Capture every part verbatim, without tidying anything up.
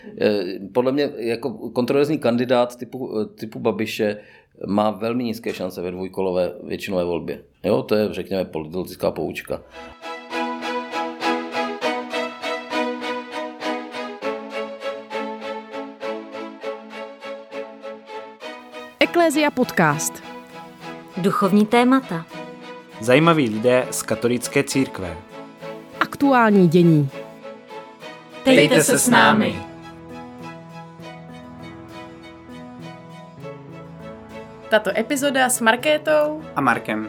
Podle mě jako kontroverzní kandidát typu, typu Babiše má velmi nízké šance ve dvojkolové většinové volbě. Jo, to je, řekněme, politická poučka. Eklézia podcast. Duchovní témata. Zajímaví lidé z katolické církve. Aktuální dění. Dejte se s námi. Tato epizoda s Markétou A Markem.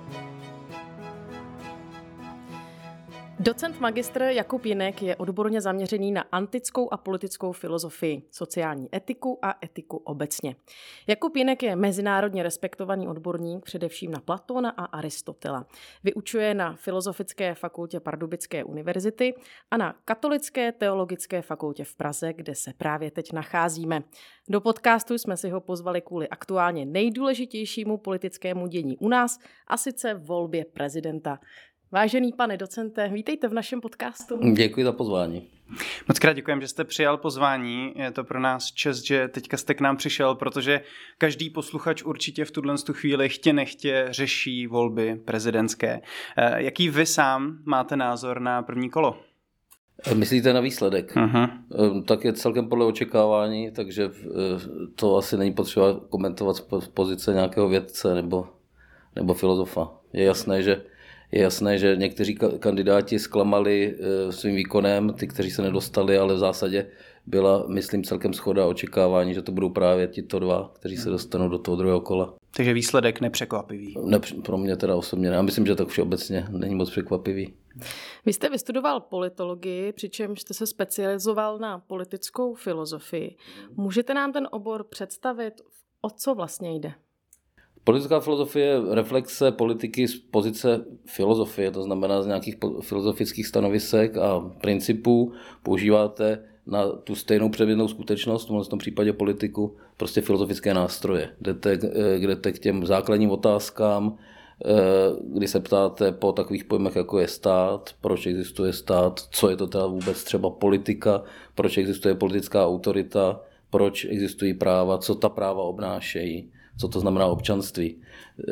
Docent magistr Jakub Jinek je odborně zaměřený na antickou a politickou filozofii, sociální etiku a etiku obecně. Jakub Jinek je mezinárodně respektovaný odborník především na Platóna a Aristotela. Vyučuje na Filozofické fakultě Pardubické univerzity a na Katolické teologické fakultě v Praze, kde se právě teď nacházíme. Do podcastu jsme si ho pozvali kvůli aktuálně nejdůležitějšímu politickému dění u nás, a sice volbě prezidenta. Vážený pane docente, vítejte v našem podcastu. Děkuji za pozvání. Moc krát děkujeme, že jste přijal pozvání. Je to pro nás čest, že teďka jste k nám přišel, protože každý posluchač určitě v tuhle chvíli chtě nechtě řeší volby prezidentské. Jaký vy sám máte názor na první kolo? Myslíte na výsledek? Uh-huh. Tak je celkem podle očekávání, takže to asi není potřeba komentovat z pozice nějakého vědce nebo, nebo filozofa. Je jasné, že Je jasné, že někteří kandidáti zklamali svým výkonem, ty, kteří se nedostali, ale v zásadě byla, myslím, celkem shoda očekávání, že to budou právě tito dva, kteří se dostanou do toho druhého kola. Takže výsledek nepřekvapivý. Ne, pro mě teda osobně ne. Já myslím, že tak všeobecně není moc překvapivý. Vy jste vystudoval politologii, přičemž jste se specializoval na politickou filozofii. Můžete nám ten obor představit, o co vlastně jde? Politická filozofie je reflexe politiky z pozice filozofie, to znamená z nějakých filozofických stanovisek a principů. Používáte na tu stejnou předmětnou skutečnost, v tom případě politiku, prostě filozofické nástroje. Jdete, jdete k těm základním otázkám, kdy se ptáte po takových pojmech, jako je stát, proč existuje stát, co je to teda vůbec třeba politika, proč existuje politická autorita, proč existují práva, co ta práva obnášejí, co to znamená občanství.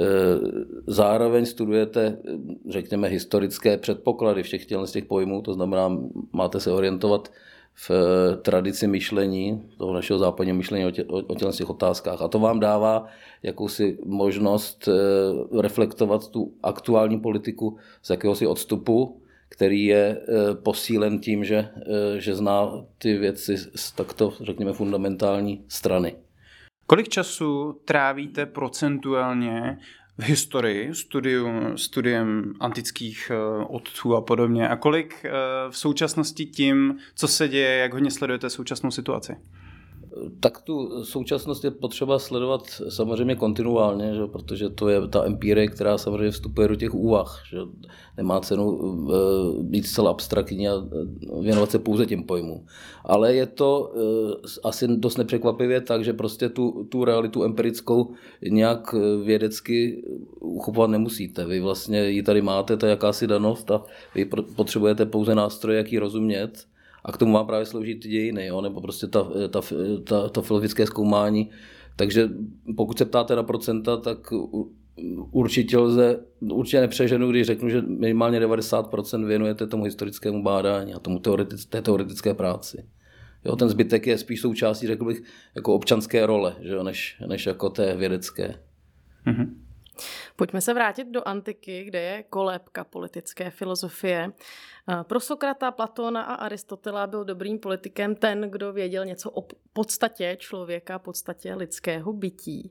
Zároveň studujete, řekněme, historické předpoklady všech z těch pojmů, to znamená, máte se orientovat v tradici myšlení, toho našeho západního myšlení o, tě, o těch otázkách. A to vám dává jakousi možnost reflektovat tu aktuální politiku z jakéhosi odstupu, který je posílen tím, že, že zná ty věci z takto, řekněme, fundamentální strany. Kolik času trávíte procentuálně v historii, studium, studiem antických otců a podobně? A kolik v současnosti tím, co se děje, jak hodně sledujete současnou situaci? Tak tu současnost je potřeba sledovat samozřejmě kontinuálně, že? Protože to je ta empirie, která samozřejmě vstupuje do těch úvah. Že? Nemá cenu být zcela abstraktní a věnovat se pouze těm pojmům. Ale je to asi dost nepřekvapivě tak, že prostě tu, tu realitu empirickou nějak vědecky uchopovat nemusíte. Vy vlastně ji tady máte, to je jakási danost a vy potřebujete pouze nástroje, jak ji rozumět. A k tomu vám právě slouží ty dějiny, jo? Nebo prostě ta, ta, ta, ta filozofické zkoumání. Takže pokud se ptáte na procenta, tak určitě lze, určitě nepřeženu, když řeknu, že minimálně devadesát procent věnujete tomu historickému bádání a tomu teoretic, té teoretické práci. Jo? Ten zbytek je spíš součástí, řekl bych, jako občanské role, že jo? Než, než jako té vědecké. Mm-hmm. Pojďme se vrátit do antiky, kde je kolébka politické filozofie. Pro Sokrata, Platóna a Aristotela byl dobrým politikem ten, kdo věděl něco o podstatě člověka, podstatě lidského bytí.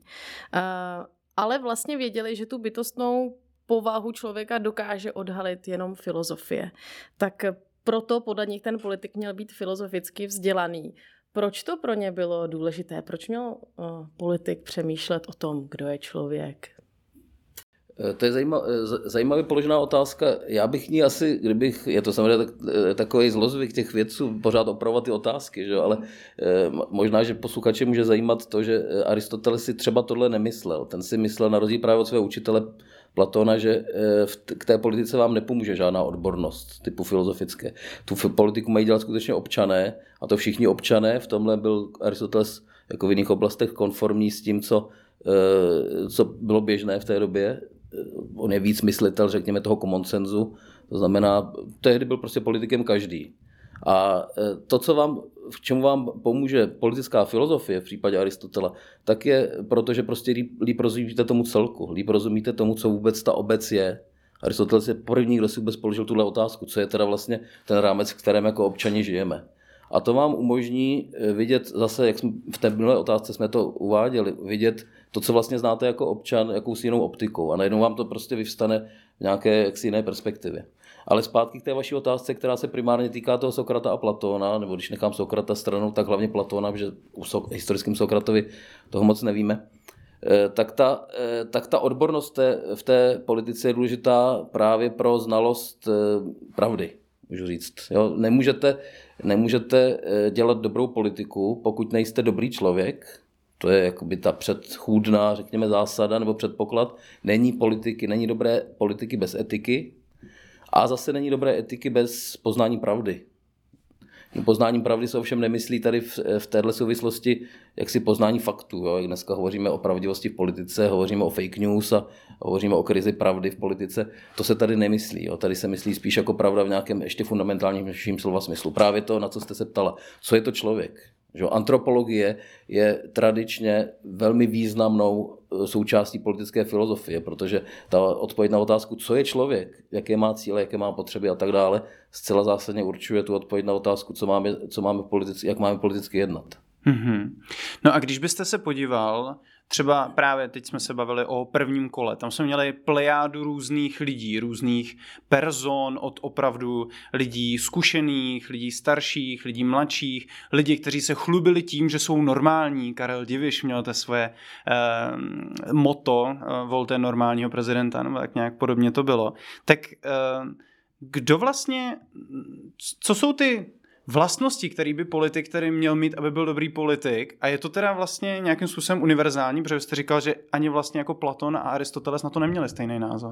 Ale vlastně věděli, že tu bytostnou povahu člověka dokáže odhalit jenom filozofie. Tak proto podle nich ten politik měl být filozoficky vzdělaný. Proč to pro ně bylo důležité? Proč měl politik přemýšlet o tom, kdo je člověk? To je zajímavě položená otázka. Já bych ní asi, kdybych, je to samozřejmě tak, takový zlozvyk těch vědců, pořád opravovat ty otázky, že? Ale možná, že posluchače může zajímat to, že Aristoteles si třeba tohle nemyslel. Ten si myslel na rozdíl právě od svého učitele Platona, že k té politice vám nepomůže žádná odbornost typu filozofické. Tu politiku mají dělat skutečně občané, a to všichni občané. V tomhle byl Aristoteles jako v jiných oblastech konformní s tím, co, co bylo běžné v té době. On je víc myslitel, řekněme, toho common sensu. To znamená, tehdy byl prostě politikem každý. A to, co vám, v čemu vám pomůže politická filozofie v případě Aristotela, tak je proto, že prostě líp, líp rozumíte tomu celku, líp rozumíte tomu, co vůbec ta obec je. Aristoteles je první, kdo si vůbec položil tuhle otázku, co je teda vlastně ten rámec, v kterém jako občani žijeme. A to vám umožní vidět zase, jak jsme v té minulé otázce jsme to uváděli, vidět to, co vlastně znáte jako občan, jakousi jinou optikou. A najednou vám to prostě vyvstane v nějaké jaksi jiné perspektivě. Ale zpátky k té vaší otázce, která se primárně týká toho Sokrata a Platóna, nebo když nechám Sokrata stranou, tak hlavně Platóna, protože u so- historickém Sokratovi toho moc nevíme, tak ta, tak ta odbornost té, v té politice je důležitá právě pro znalost pravdy, můžu říct. Jo? Nemůžete, nemůžete dělat dobrou politiku, pokud nejste dobrý člověk. To je jakoby ta předchůdná, řekněme, zásada nebo předpoklad. Není politiky, není dobré politiky bez etiky. A zase není dobré etiky bez poznání pravdy. Tím poznáním pravdy se ovšem nemyslí tady v, v této souvislosti jaksi poznání faktů. Jo? Jak dneska hovoříme o pravdivosti v politice, hovoříme o fake news a hovoříme o krizi pravdy v politice. To se tady nemyslí. Jo? Tady se myslí spíš jako pravda v nějakém ještě fundamentálnějším slova smyslu. Právě to, na co jste se ptala. Co je to člověk? Že antropologie je tradičně velmi významnou součástí politické filozofie, protože ta odpověď na otázku, co je člověk, jaké má cíle, jaké má potřeby a tak dále, zcela zásadně určuje tu odpověď na otázku, co máme, co máme politicky, jak máme politicky jednat. Mm-hmm. No a když byste se podíval, třeba právě teď jsme se bavili o prvním kole, tam jsme měli plejádu různých lidí, různých person, od opravdu lidí zkušených, lidí starších, lidí mladších, lidí, kteří se chlubili tím, že jsou normální. Karel Diviš měl to svoje eh, motto, eh, volte normálního prezidenta, nebo tak nějak podobně to bylo. Tak eh, kdo vlastně, co jsou ty vlastnosti, který by politik který měl mít, aby byl dobrý politik, a je to teda vlastně nějakým způsobem univerzální, protože jste říkal, že ani vlastně jako Platon a Aristoteles na to neměli stejný názor.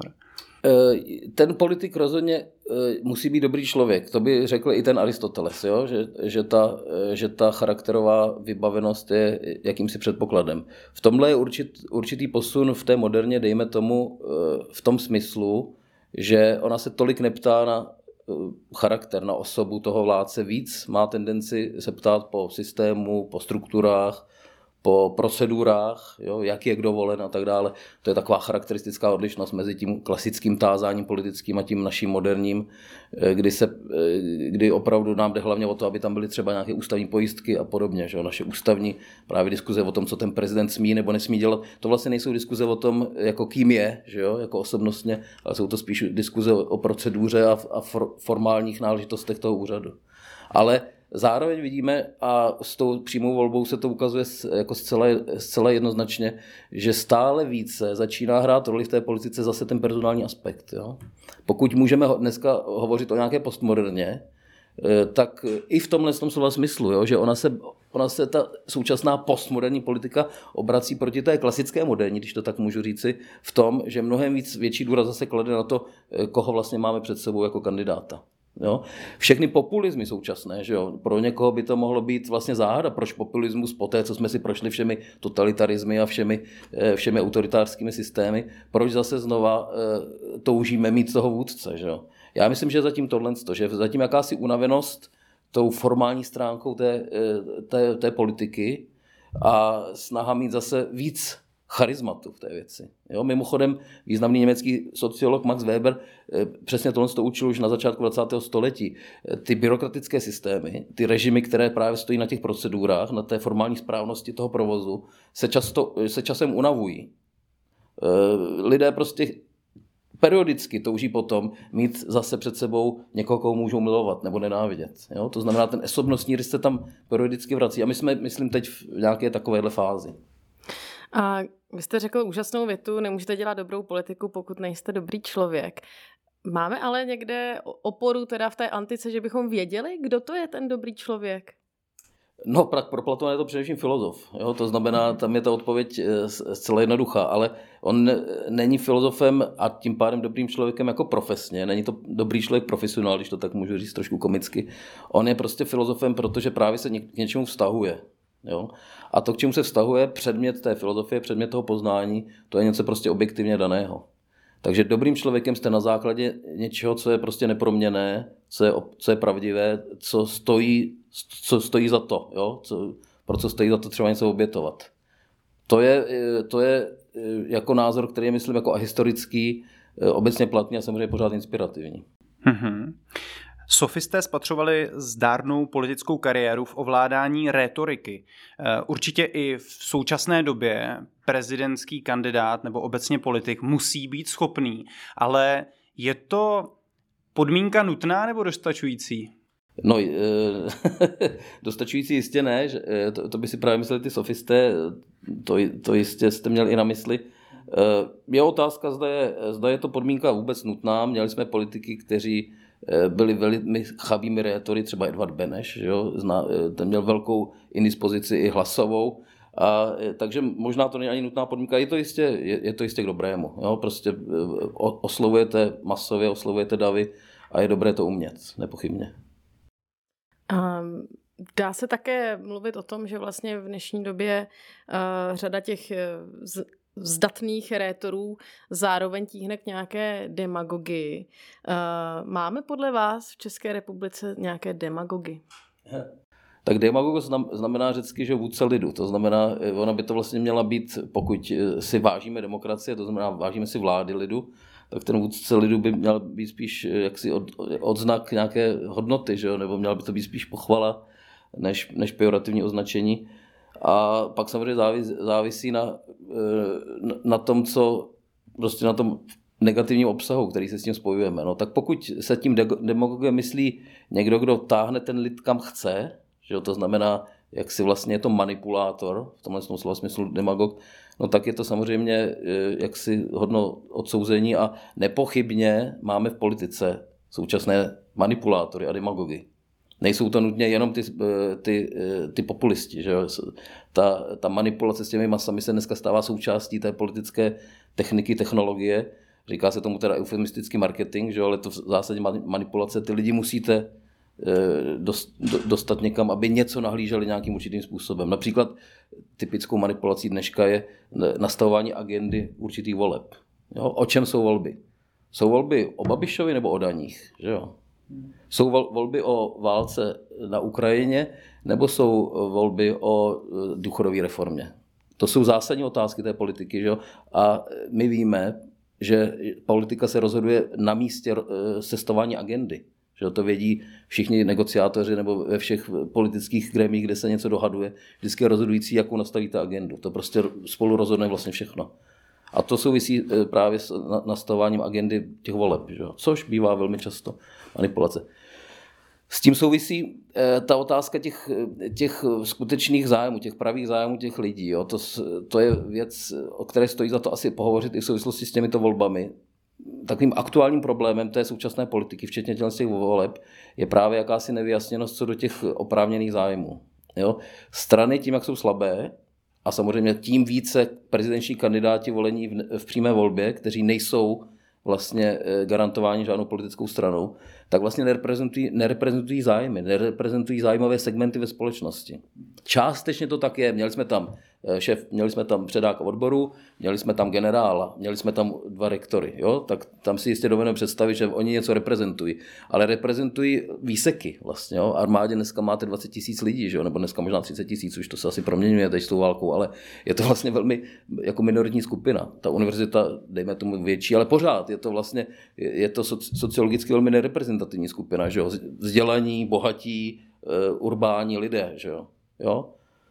Ten politik rozhodně musí být dobrý člověk. To by řekl i ten Aristoteles, jo? Že, že, ta, že ta charakterová vybavenost je jakýmsi předpokladem. V tomhle je určit, určitý posun v té moderně, dejme tomu, v tom smyslu, že ona se tolik neptá na charakter, na osobu toho vládce, víc má tendenci se ptát po systému, po strukturách, po procedurách, jo, jak je kdo volen a tak dále. To je taková charakteristická odlišnost mezi tím klasickým tázáním politickým a tím naším moderním, kdy, se, kdy opravdu nám jde hlavně o to, aby tam byly třeba nějaké ústavní pojistky a podobně. Že? Naše ústavní právě diskuze o tom, co ten prezident smí nebo nesmí dělat, to vlastně nejsou diskuze o tom, jako kým je, že jo? Jako osobnostně, ale jsou to spíš diskuze o proceduře a, a for, formálních náležitostech toho úřadu. Ale zároveň vidíme, a s tou přímou volbou se to ukazuje jako zcela, zcela jednoznačně, že stále více začíná hrát roli v té politice zase ten personální aspekt. Jo? Pokud můžeme dneska hovořit o nějaké postmoderně, tak i v tomhle tom slova smyslu, jo? Že ona se, ona se ta současná postmoderní politika obrací proti té klasické moderní, když to tak můžu říci, v tom, že mnohem víc větší důraz zase klade na to, koho vlastně máme před sebou jako kandidáta. Jo? Všechny populismy současné, že jo? Pro někoho by to mohlo být vlastně záhada, proč populismus po té, co jsme si prošli všemi totalitarismy a všemi, všemi autoritářskými systémy, proč zase znova e, toužíme mít toho vůdce. Že jo? Já myslím, že zatím tohle, že zatím jakási unavenost tou formální stránkou té, té, té politiky a snaha mít zase víc charizmatu v té věci. Jo, mimochodem významný německý sociolog Max Weber přesně tohle to učil už na začátku dvacátého století. Ty byrokratické systémy, ty režimy, které právě stojí na těch procedurách, na té formální správnosti toho provozu, se, často, se časem unavují. Lidé prostě periodicky touží potom mít zase před sebou někoho, koho můžou milovat nebo nenávidět. Jo? To znamená, ten osobnostní rys se tam periodicky vrací. A my jsme, myslím, teď v nějaké takovéhle fázi. A vy jste řekl úžasnou větu, nemůžete dělat dobrou politiku, pokud nejste dobrý člověk. Máme ale někde oporu teda v té antice, že bychom věděli, kdo to je ten dobrý člověk? No, pro Platona je to především filozof. Jo? To znamená, tam je ta odpověď zcela jednoduchá, ale on není filozofem a tím pádem dobrým člověkem jako profesně. Není to dobrý člověk profesionál, když to tak můžu říct trošku komicky. On je prostě filozofem, protože právě se k něčemu vztahuje. Jo? A to, k čemu se vztahuje, předmět té filozofie, předmět toho poznání, to je něco prostě objektivně daného. Takže dobrým člověkem jste na základě něčeho, co je prostě neproměnné, co je, co je pravdivé, co stojí, co stojí za to, jo? Co, pro co stojí za to třeba něco obětovat. To je, to je jako názor, který je, myslím, jako historický, obecně platný a samozřejmě pořád inspirativní. Mm-hmm. Sofisté spatřovali zdárnou politickou kariéru v ovládání rétoriky. Určitě i v současné době prezidentský kandidát nebo obecně politik musí být schopný, ale je to podmínka nutná nebo dostačující? No, dostačující jistě ne, že, to, to by si právě mysleli ty sofisté, to, to jistě jste měli i na mysli. Je otázka, zda je, zda je to podmínka vůbec nutná. Měli jsme politiky, kteří byli velmi chabými rétory, třeba Edvard Beneš, jo? Zna, ten měl velkou indispozici i hlasovou, a, takže možná to není ani nutná podmínka, je to jistě, je, je to jistě k dobrému. Jo? Prostě oslovujete masově, oslovujete davy a je dobré to umět, nepochybně. Um, dá se také mluvit o tom, že vlastně v dnešní době uh, řada těch z, zdatných rétorů zároveň tíhne k nějaké demagogii. Uh, máme podle vás v České republice nějaké demagogy? Tak demagog znamená řecky, že vůdce lidu. To znamená, ona by to vlastně měla být, pokud si vážíme demokracie, to znamená vážíme si vlády lidu, tak ten vůdce lidu by měl být spíš jaksi od, odznak nějaké hodnoty, že jo? Nebo měla by to být spíš pochvala než, než pejorativní označení. A pak samozřejmě závis, závisí na, na tom, co prostě na tom negativním obsahu, který se s tím spojujeme. No, tak pokud se tím demagogem myslí někdo, kdo táhne ten lid kam chce, že jo? To znamená, jak si vlastně je to manipulátor, v tomhle slova smyslu demagog, no tak je to samozřejmě jaksi hodno odsouzení a nepochybně máme v politice současné manipulátory a demagogy. Nejsou to nutně jenom ty, ty, ty populisti. Že jo? Ta, ta manipulace s těmi masami se dneska stává součástí té politické techniky, technologie. Říká se tomu teda eufemistický marketing, že jo? Ale to v zásadě manipulace. Ty lidi musíte dostat někam, aby něco nahlíželi nějakým určitým způsobem. Například typickou manipulací dneška je nastavování agendy určitých voleb. Jo? O čem jsou volby? Jsou volby o Babišovi nebo o daních? Že jo? Jsou volby o válce na Ukrajině nebo jsou volby o důchodové reformě? To jsou zásadní otázky té politiky. Že jo? A my víme, že politika se rozhoduje na místě sestavování agendy. Že to vědí všichni negociátoři nebo ve všech politických grémích, kde se něco dohaduje. Vždycky je rozhodující, jakou nastavíte agendu. To prostě spolu rozhodne vlastně všechno. A to souvisí právě s nastavováním agendy těch voleb, že? Což bývá velmi často manipulace. S tím souvisí ta otázka těch, těch skutečných zájmů, těch pravých zájmů těch lidí. Jo? To, to je věc, o které stojí za to asi pohovořit i v souvislosti s těmito volbami. Takovým aktuálním problémem té současné politiky, včetně těch voleb, je právě jakási nevyjasněnost co do těch oprávněných zájmů. Jo? Strany tím, jak jsou slabé, a samozřejmě tím více prezidenční kandidáti volení v, v přímé volbě, kteří nejsou vlastně garantováni žádnou politickou stranou, tak vlastně nereprezentují, nereprezentují zájmy, nereprezentují zájmové segmenty ve společnosti. Částečně to tak je. Měli jsme tam šéf, měli jsme tam předáka odboru, měli jsme tam generála, měli jsme tam dva rektory. Jo? Tak tam si jistě dovedeme představit, že oni něco reprezentují. Ale reprezentují výseky vlastně. Jo? Armádě dneska máte dvacet tisíc lidí, že jo? Nebo dneska možná třicet tisíc, už to se asi proměňuje teď s tou válkou, ale je to vlastně velmi jako minoritní skupina. Ta univerzita, dejme tomu větší, ale pořád je to vlastně, je to sociologicky velmi nereprezentativní skupina. Že jo? Vzdělaní, bohatí, urbání lidé. Že jo? Jo?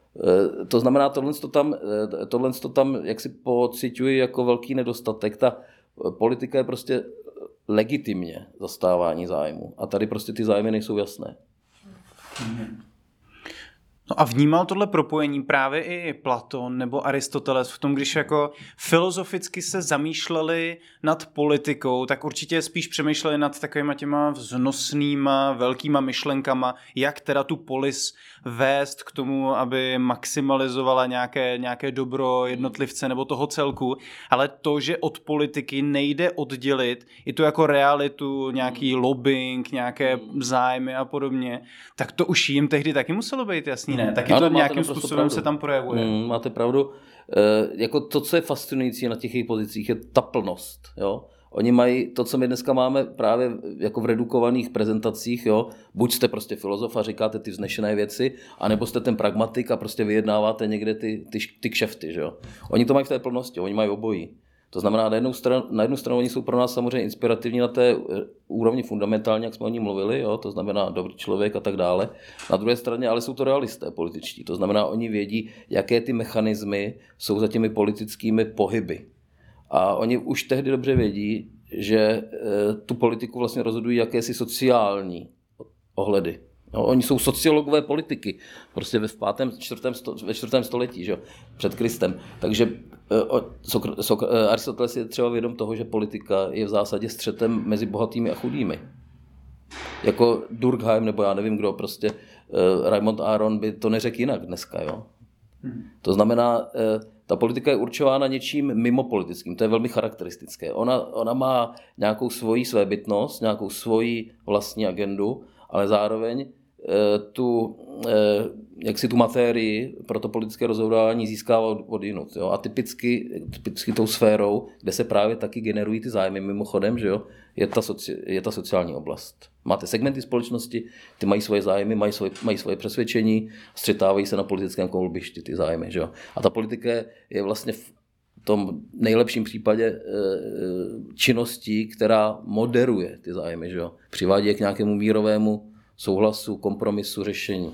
To znamená, tohle to tam, tohle to tam jak si pociťuji jako velký nedostatek. Ta politika je prostě legitimně zastávání zájmu. A tady prostě ty zájmy nejsou jasné. No a vnímal tohle propojení právě i Platon nebo Aristoteles v tom, když jako filozoficky se zamýšleli nad politikou, tak určitě spíš přemýšleli nad takovýma těma vznosnýma, velkýma myšlenkama, jak teda tu polis vést k tomu, aby maximalizovala nějaké, nějaké dobro jednotlivce nebo toho celku, ale to, že od politiky nejde oddělit i to jako realitu, nějaký lobbying, nějaké zájmy a podobně, tak to už jim tehdy taky muselo být jasný. Ne, taky ano, to nějakým způsobem pravdu. Se tam projevuje. Mm, máte pravdu. E, jako to, co je fascinující na těch jejich pozicích, je ta plnost. Jo? Oni mají to, co my dneska máme právě jako v redukovaných prezentacích, jo? Buď jste prostě filozof a říkáte ty vznešené věci, anebo jste ten pragmatik a prostě vyjednáváte někde ty, ty, ty kšefty. Že jo? Oni to mají v té plnosti, oni mají obojí. To znamená, na jednu stranu, na jednu stranu oni jsou pro nás samozřejmě inspirativní na té úrovni fundamentální, jak jsme o ní mluvili, jo? To znamená dobrý člověk a tak dále. Na druhé straně ale jsou to realisté političtí, to znamená, oni vědí, jaké ty mechanismy jsou za těmi politickými pohyby. A oni už tehdy dobře vědí, že tu politiku vlastně rozhodují jakési sociální ohledy. No, oni jsou sociologové politiky, prostě ve pátém, čtvrtém, sto, ve čtvrtém století, že? Před Kristem. Takže Sokr- Sokr- Aristoteles je třeba vědom toho, že politika je v zásadě střetem mezi bohatými a chudými. Jako Durkheim, nebo já nevím kdo, prostě uh, Raymond Aron by to neřekl jinak dneska. Jo? Hmm. To znamená, uh, ta politika je určována něčím mimo politickým, to je velmi charakteristické. Ona, ona má nějakou svoji svébytnost, nějakou svoji vlastní agendu, ale zároveň tu, jak si tu matérii pro to politické rozhodování získává od jinut. Jo? A typicky, typicky tou sférou, kde se právě taky generují ty zájmy mimochodem, že jo? Je, ta soci, je ta sociální oblast. Máte segmenty společnosti, ty mají svoje zájmy, mají svoje, mají svoje přesvědčení, střetávají se na politickém kolbišti ty zájmy. Že jo? A ta politika je vlastně v tom nejlepším případě činností, která moderuje ty zájmy. Že jo? Přivádí je k nějakému mírovému souhlasu, kompromisu, řešení.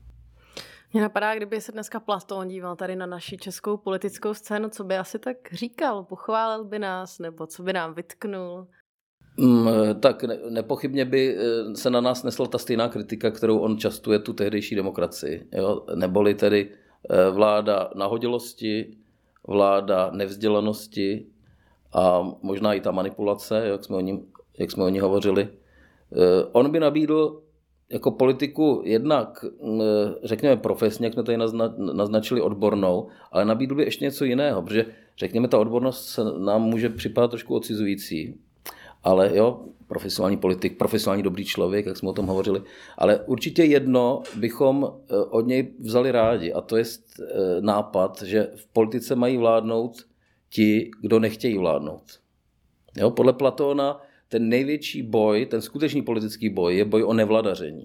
Mě napadá, kdyby se dneska Platón díval tady na naši českou politickou scénu, co by asi tak říkal? Pochválil by nás, nebo co by nám vytknul? Mm, tak ne, nepochybně by se na nás nesla ta stejná kritika, kterou on častuje tu tehdejší demokracii. Jo? Neboli tedy vláda nahodilosti, vláda nevzdělanosti a možná i ta manipulace, jak jsme o ní, jak jsme o ní hovořili. On by nabídl jako politiku jednak, řekněme profesně, jak jsme tady naznačili, odbornou, ale nabídl by ještě něco jiného, protože řekněme, ta odbornost se nám může připadat trošku odcizující, ale jo, profesionální politik, profesionální dobrý člověk, jak jsme o tom hovořili, ale určitě jedno bychom od něj vzali rádi, a to je nápad, že v politice mají vládnout ti, kdo nechtějí vládnout. Jo, podle Platóna ten největší boj, ten skutečný politický boj je boj o nevladaření.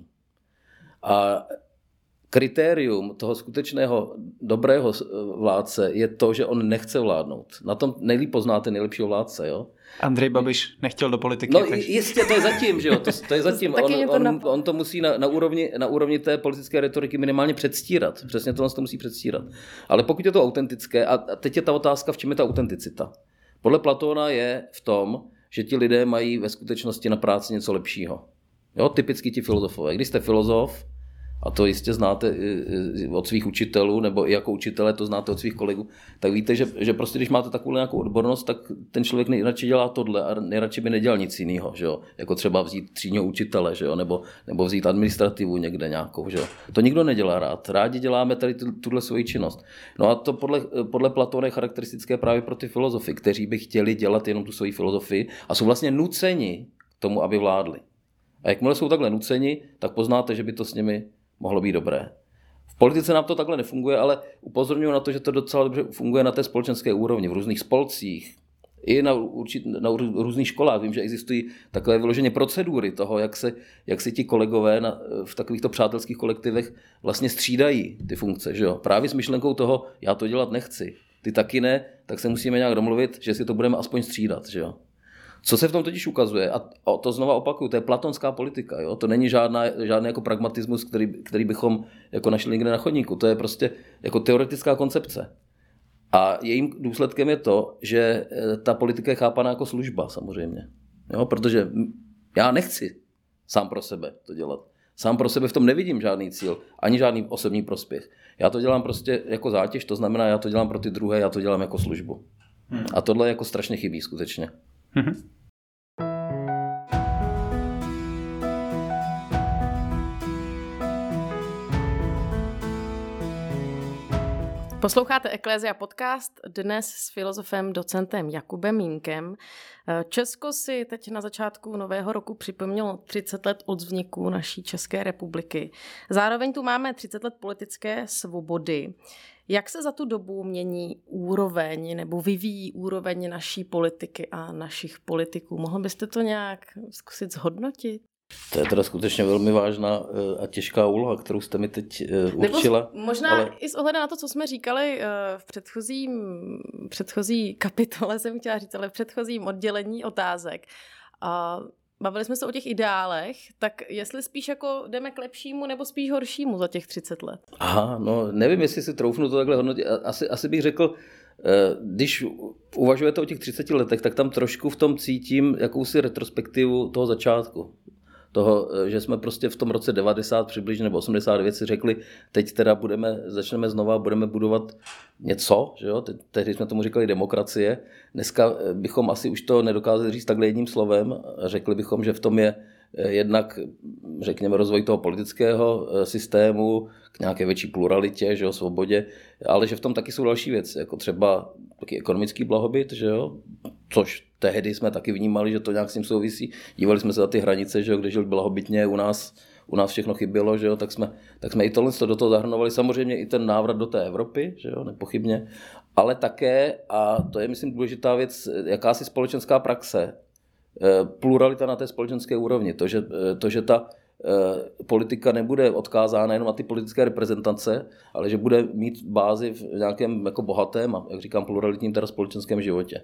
A kritérium toho skutečného dobrého vládce je to, že on nechce vládnout. Na tom nejlíp poznáte nejlepšího vládce. Jo? Andrej Babiš nechtěl do politiky. No takže... jistě, to je zatím, že jo? To, to je zatím. On, on, on to musí na, na, úrovni, na úrovni té politické retoriky minimálně předstírat. Přesně to on to musí předstírat. Ale pokud je to autentické, a teď je ta otázka, v čem je ta autenticita. Podle Platóna je v tom, že ti lidé mají ve skutečnosti na práci něco lepšího. Jo, typicky ti filozofové. Když jste filozof, a to jistě znáte od svých učitelů, nebo i jako učitelé to znáte od svých kolegů, tak víte, že, že prostě když máte takovou nějakou odbornost, tak ten člověk nejradši dělá tohle a nejradši by nedělal nic jiného, že jo? Jako třeba vzít třídního učitele, že jo? Nebo, nebo vzít administrativu někde nějakou. Že jo? To nikdo nedělá rád. Rádi děláme tady tuhle svoji činnost. No a to podle, podle Platóna je charakteristické právě pro ty filozofy, kteří by chtěli dělat jenom tu svoji filozofii a jsou vlastně nuceni k tomu, aby vládli. A jakmile jsou takhle nuceni, tak poznáte, že by to s nimi mohlo být dobré. V politice nám to takhle nefunguje, ale upozorňuji na to, že to docela dobře funguje na té společenské úrovni, v různých spolcích, i na, určit, na různých školách. Vím, že existují takové vyloženě procedury toho, jak se, jak se ti kolegové na, v takovýchto přátelských kolektivech vlastně střídají ty funkce. Že jo? Právě s myšlenkou toho, já to dělat nechci, ty taky ne, tak se musíme nějak domluvit, že si to budeme aspoň střídat. Že jo? Co se v tom totiž ukazuje, a to znova opakuju, to je platonská politika, jo? To není žádná, žádný jako pragmatismus, který, který bychom jako našli někde na chodníku, to je prostě jako teoretická koncepce. A jejím důsledkem je to, že ta politika je chápaná jako služba samozřejmě, jo? Protože já nechci sám pro sebe to dělat. Sám pro sebe v tom nevidím žádný cíl, ani žádný osobní prospěch. Já to dělám prostě jako zátěž, to znamená, já to dělám pro ty druhé, já to dělám jako službu. Hmm. A tohle jako strašně chybí skutečně. Hmm. Posloucháte Eklézia podcast dnes s filozofem docentem Jakubem Mínkem. Česko si teď na začátku nového roku připomnělo třicet let od vzniku naší České republiky. Zároveň tu máme třicet let politické svobody. Jak se za tu dobu mění úroveň nebo vyvíjí úroveň naší politiky a našich politiků? Mohl byste to nějak zkusit zhodnotit? To je teda skutečně velmi vážná a těžká úloha, kterou jste mi teď určila. Nebo možná ale... i s ohledem na to, co jsme říkali v předchozím, předchozí kapitole, jsem chtěla říct, ale v předchozím oddělení otázek. A bavili jsme se o těch ideálech, tak jestli spíš jako jdeme k lepšímu nebo spíš horšímu za těch třicet let? Aha, no nevím, jestli si troufnu to takhle hodnotit. Asi, asi bych řekl, když uvažujete o těch třiceti letech, tak tam trošku v tom cítím jakousi retrospektivu toho začátku. Toho, že jsme prostě v tom roce devadesát přibližně nebo osmdesát devět si řekli, teď teda budeme, začneme znova, budeme budovat něco, že jo? Te- tehdy jsme tomu říkali demokracie. Dneska bychom asi už to nedokázali říct takhle jedním slovem. Řekli bychom, že v tom je jednak, řekněme, rozvoj toho politického systému k nějaké větší pluralitě, že jo, svobodě, ale že v tom taky jsou další věci, jako třeba taky ekonomický blahobyt, že jo, což tehdy jsme taky vnímali, že to nějak s tím souvisí. Dívali jsme se na ty hranice, že jo, kde žil blahobytně, u nás, u nás všechno chybělo, že jo, tak jsme, tak jsme i tohle do toho zahrnovali. Samozřejmě i ten návrat do té Evropy, že jo, nepochybně, ale také, a to je, myslím, důležitá věc, jakási společenská praxe, pluralita na té společenské úrovni, to, že, to, že ta politika nebude odkázána jenom na ty politické reprezentace, ale že bude mít bázi v nějakém jako bohatém a, jak říkám, pluralitním teda společenském životě.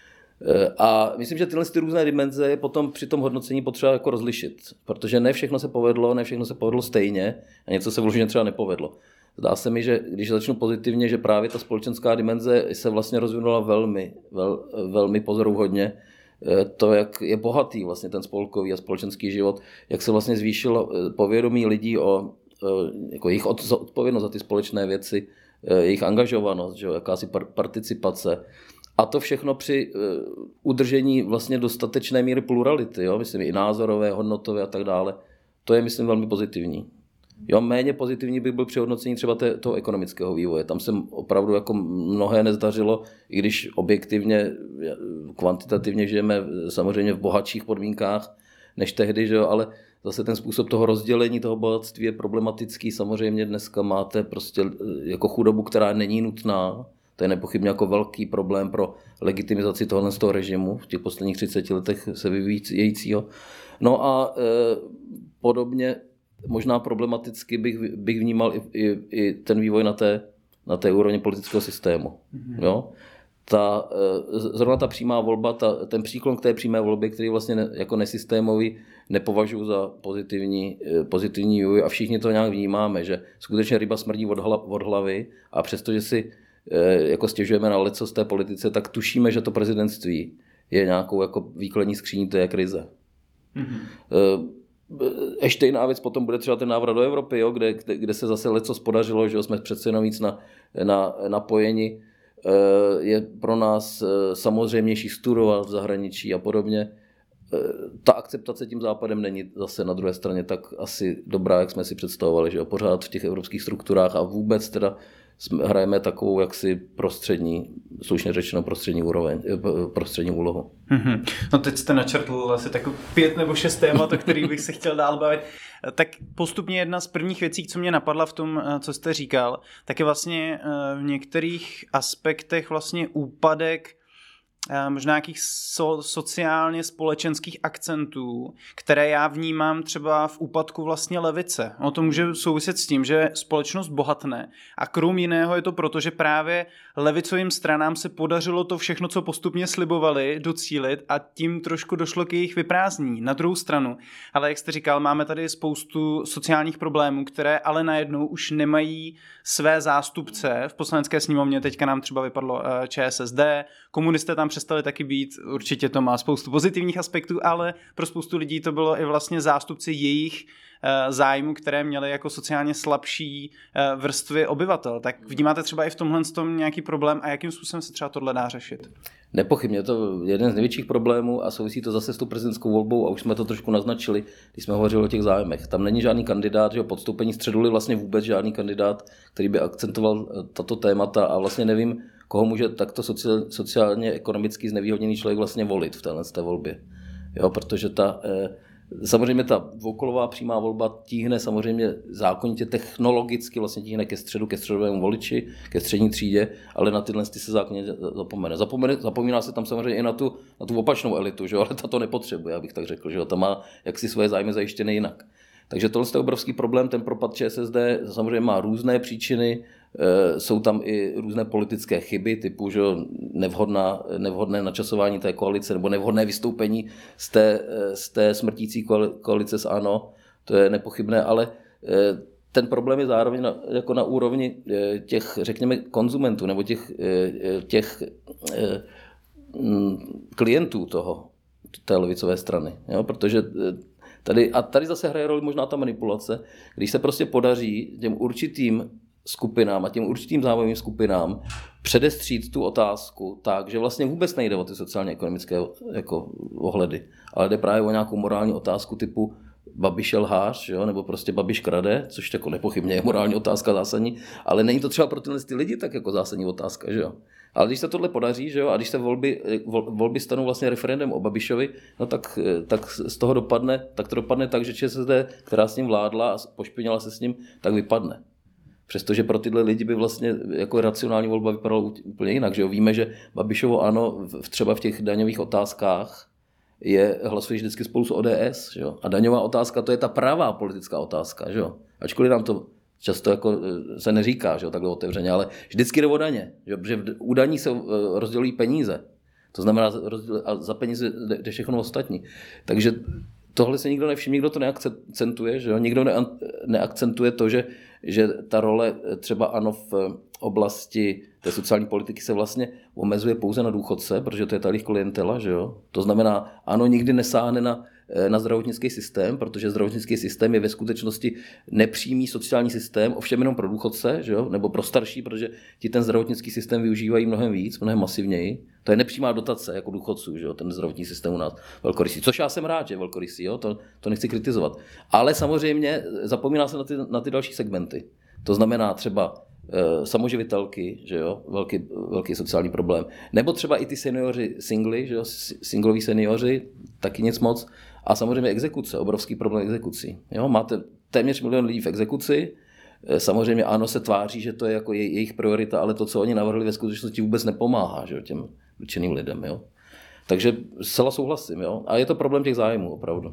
A myslím, že tyhle ty různé dimenze je potom při tom hodnocení potřeba jako rozlišit, protože ne všechno se povedlo, ne všechno se povedlo stejně a něco se vloženě třeba nepovedlo. Zdá se mi, že když začnu pozitivně, že právě ta společenská dimenze se vlastně rozvinula velmi, vel, velmi pozoruhodně. To, jak je bohatý vlastně ten spolkový a společenský život, jak se vlastně zvýšilo povědomí lidí o jako jejich odpovědnost za ty společné věci, jejich angažovanost, že jo, jakási participace. A to všechno při udržení vlastně dostatečné míry plurality, jo, myslím i názorové, hodnotové a tak dále. To je, myslím, velmi pozitivní. Jo, méně pozitivní by byl při hodnocení třeba té, toho ekonomického vývoje. Tam se opravdu jako mnohé nezdařilo, i když objektivně, kvantitativně žijeme samozřejmě v bohatších podmínkách než tehdy, že jo, ale zase ten způsob toho rozdělení toho bohatství je problematický. Samozřejmě dneska máte prostě jako chudobu, která není nutná. To je nepochybně jako velký problém pro legitimizaci tohohle z toho režimu v těch posledních třiceti letech se vyvíjejícího. No a e, podobně možná problematicky bych, bych vnímal i, i, i ten vývoj na té, na té úrovni politického systému. Mm-hmm. Jo? Ta, zrovna ta přímá volba, ta, ten příklon k té přímé volbě, který vlastně ne, jako nesystémový nepovažuji za pozitivní, pozitivní vývoj a všichni to nějak vnímáme, že skutečně ryba smrdí od, hla, od hlavy a přestože si jako stěžujeme na leco z té politice, tak tušíme, že to prezidentství je nějakou jako výkladní skříní té krize. Mm-hmm. Ještě jiná věc potom bude třeba ten návrat do Evropy, jo, kde, kde, kde se zase lecos podařilo, že jsme přece jenom víc na, na, napojeni. Je pro nás samozřejmější studovat v zahraničí a podobně. Ta akceptace tím západem není zase na druhé straně tak asi dobrá, jak jsme si představovali, že jo, pořád v těch evropských strukturách a vůbec teda hrajeme takovou jaksi prostřední, slušně řečeno prostřední úroveň, prostřední úlohu. Mm-hmm. No teď jste načrtl asi takový pět nebo šest témat, o kterých bych se chtěl dál bavit. Tak postupně jedna z prvních věcí, co mě napadla v tom, co jste říkal, tak je vlastně v některých aspektech vlastně úpadek možná nějakých so, sociálně společenských akcentů, které já vnímám třeba v úpadku vlastně levice. Ono to může souviset s tím, že společnost bohatne a krom jiného je to proto, že právě levicovým stranám se podařilo to všechno, co postupně slibovali, docílit a tím trošku došlo k jejich vyprázdnění. Na druhou stranu, ale jak jste říkal, máme tady spoustu sociálních problémů, které ale najednou už nemají své zástupce v poslanecké sněmovně. Teďka nám třeba vypadlo ČSSD, komunisté tam přestali taky být. Určitě to má spoustu pozitivních aspektů, ale pro spoustu lidí to bylo i vlastně zástupci jejich zájmu, které měly jako sociálně slabší vrstvy obyvatel. Tak vnímáte třeba i v tomhle tom nějaký problém a jakým způsobem se třeba tohle dá řešit? Nepochybně, to je jeden z největších problémů a souvisí to zase s tou prezidentskou volbou a už jsme to trošku naznačili, když jsme hovořili o těch zájmech. Tam není žádný kandidát, že podstoupení středuli vlastně vůbec žádný kandidát, který by akcentoval tato témata a vlastně nevím, koho může takto sociálně ekonomicky znevýhodněný člověk vlastně volit v téhle té volbě. Jo, protože ta samozřejmě ta dvoukolová přímá volba tíhne samozřejmě zákonitě technologicky vlastně tíhne ke středu, ke středovému voliči, ke střední třídě, ale na tyhle se zákonitě zapomene. zapomene. Zapomíná se tam samozřejmě i na tu, na tu opačnou elitu, že? Ale ta to nepotřebuje, abych tak řekl, že ta má jaksi svoje zájmy zajištěny jinak. Takže tohle je obrovský problém, ten propad ČSSD samozřejmě má různé příčiny, jsou tam i různé politické chyby, typu že nevhodná, nevhodné načasování té koalice nebo nevhodné vystoupení z té, z té smrtící koalice s ANO, to je nepochybné, ale ten problém je zároveň na, jako na úrovni těch, řekněme, konzumentů nebo těch, těch klientů toho, té levicové strany, jo? Protože Tady, a tady zase hraje roli možná ta manipulace, když se prostě podaří těm určitým skupinám a těm určitým zájmovým skupinám předestřít tu otázku tak, že vlastně vůbec nejde o ty sociálně-ekonomické jako ohledy, ale jde právě o nějakou morální otázku typu Babiš je lhář, jo? Nebo prostě Babiš krade, což jako nepochybně je morální otázka zásadní, ale není to třeba pro tyhle ty lidi tak jako zásadní otázka, že jo? Ale když se tohle podaří, že jo, a když se volby, volby stanou vlastně referendem o Babišovi, no tak, tak z toho dopadne, tak to dopadne tak, že ČSSD, která s ním vládla a pošpinila se s ním, tak vypadne. Přestože pro tyhle lidi by vlastně jako racionální volba vypadala úplně jinak, že jo? Víme, že Babišovo ano, třeba v těch daňových otázkách je, hlasuješ vždycky spolu s O D S, že jo? A daňová otázka, to je ta pravá politická otázka, že jo? Ačkoliv nám to často jako se neříká, že jo, takhle otevřeně, ale vždycky jde o daně, že, že u daní se rozdělují peníze. To znamená, a za peníze jde všechno ostatní. Takže tohle se nikdo nevšiml, nikdo to neakcentuje, že jo? Nikdo neakcentuje to, že, že ta role třeba ano v oblasti té sociální politiky se vlastně omezuje pouze na důchodce, protože to je ta jejich klientela, že jo? To znamená, ano, nikdy nesáhne na na zdravotnický systém, protože zdravotnický systém je ve skutečnosti nepřímý sociální systém, ovšem jenom pro důchodce, že jo? Nebo pro starší, protože ti ten zdravotnický systém využívají mnohem víc, mnohem masivněji. To je nepřímá dotace jako důchodců, že jo? Ten zdravotní systém u nás velkorysý. Což já jsem rád, že je velkorysý, jo? To, to nechci kritizovat. Ale samozřejmě zapomíná se na ty, na ty další segmenty. To znamená třeba e, samoživitelky, že jo? Velký, velký sociální problém. Nebo třeba i ty seniori singly, že jo? Singloví seniori, taky nic moc. A samozřejmě exekuce, obrovský problém exekucí. Jo, máte téměř milion lidí v exekuci, samozřejmě ano, se tváří, že to je jako jejich priorita, ale to, co oni navrhli, ve skutečnosti vůbec nepomáhá, že jo, těm dotčeným lidem. Jo. Takže zcela souhlasím. Jo. A je to problém těch zájmů, opravdu.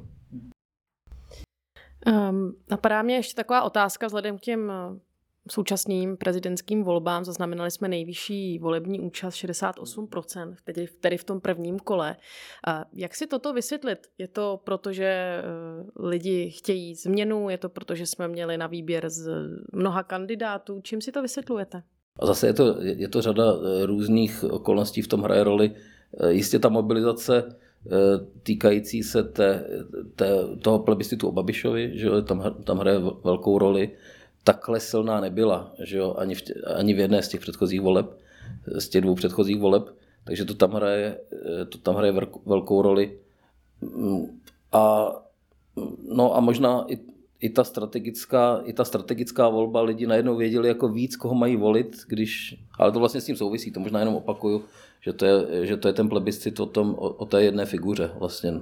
Um, napadá mě ještě taková otázka vzhledem k těm současným prezidentským volbám. Zaznamenali jsme nejvyšší volební účast šedesát osm procent, tedy, tedy v tom prvním kole. Jak si toto vysvětlit? Je to proto, že lidi chtějí změnu? Je to proto, že jsme měli na výběr z mnoha kandidátů? Čím si to vysvětlujete? A zase je to, je to řada různých okolností, v tom hraje roli. Jistě ta mobilizace týkající se té, té, toho plebiscitu o Babišovi, že tam, tam hraje velkou roli. Takhle silná nebyla, že jo, ani v, tě, ani v jedné z těch předchozích voleb, z těch dvou předchozích voleb, takže to tam hraje, to tam hraje velkou roli. A, no a možná i, i, ta strategická, i ta strategická volba, lidi najednou věděli jako víc, koho mají volit, když, ale to vlastně s tím souvisí, to možná jenom opakuju, že to je, že to je ten plebiscit o, tom, o, o té jedné figuře vlastně.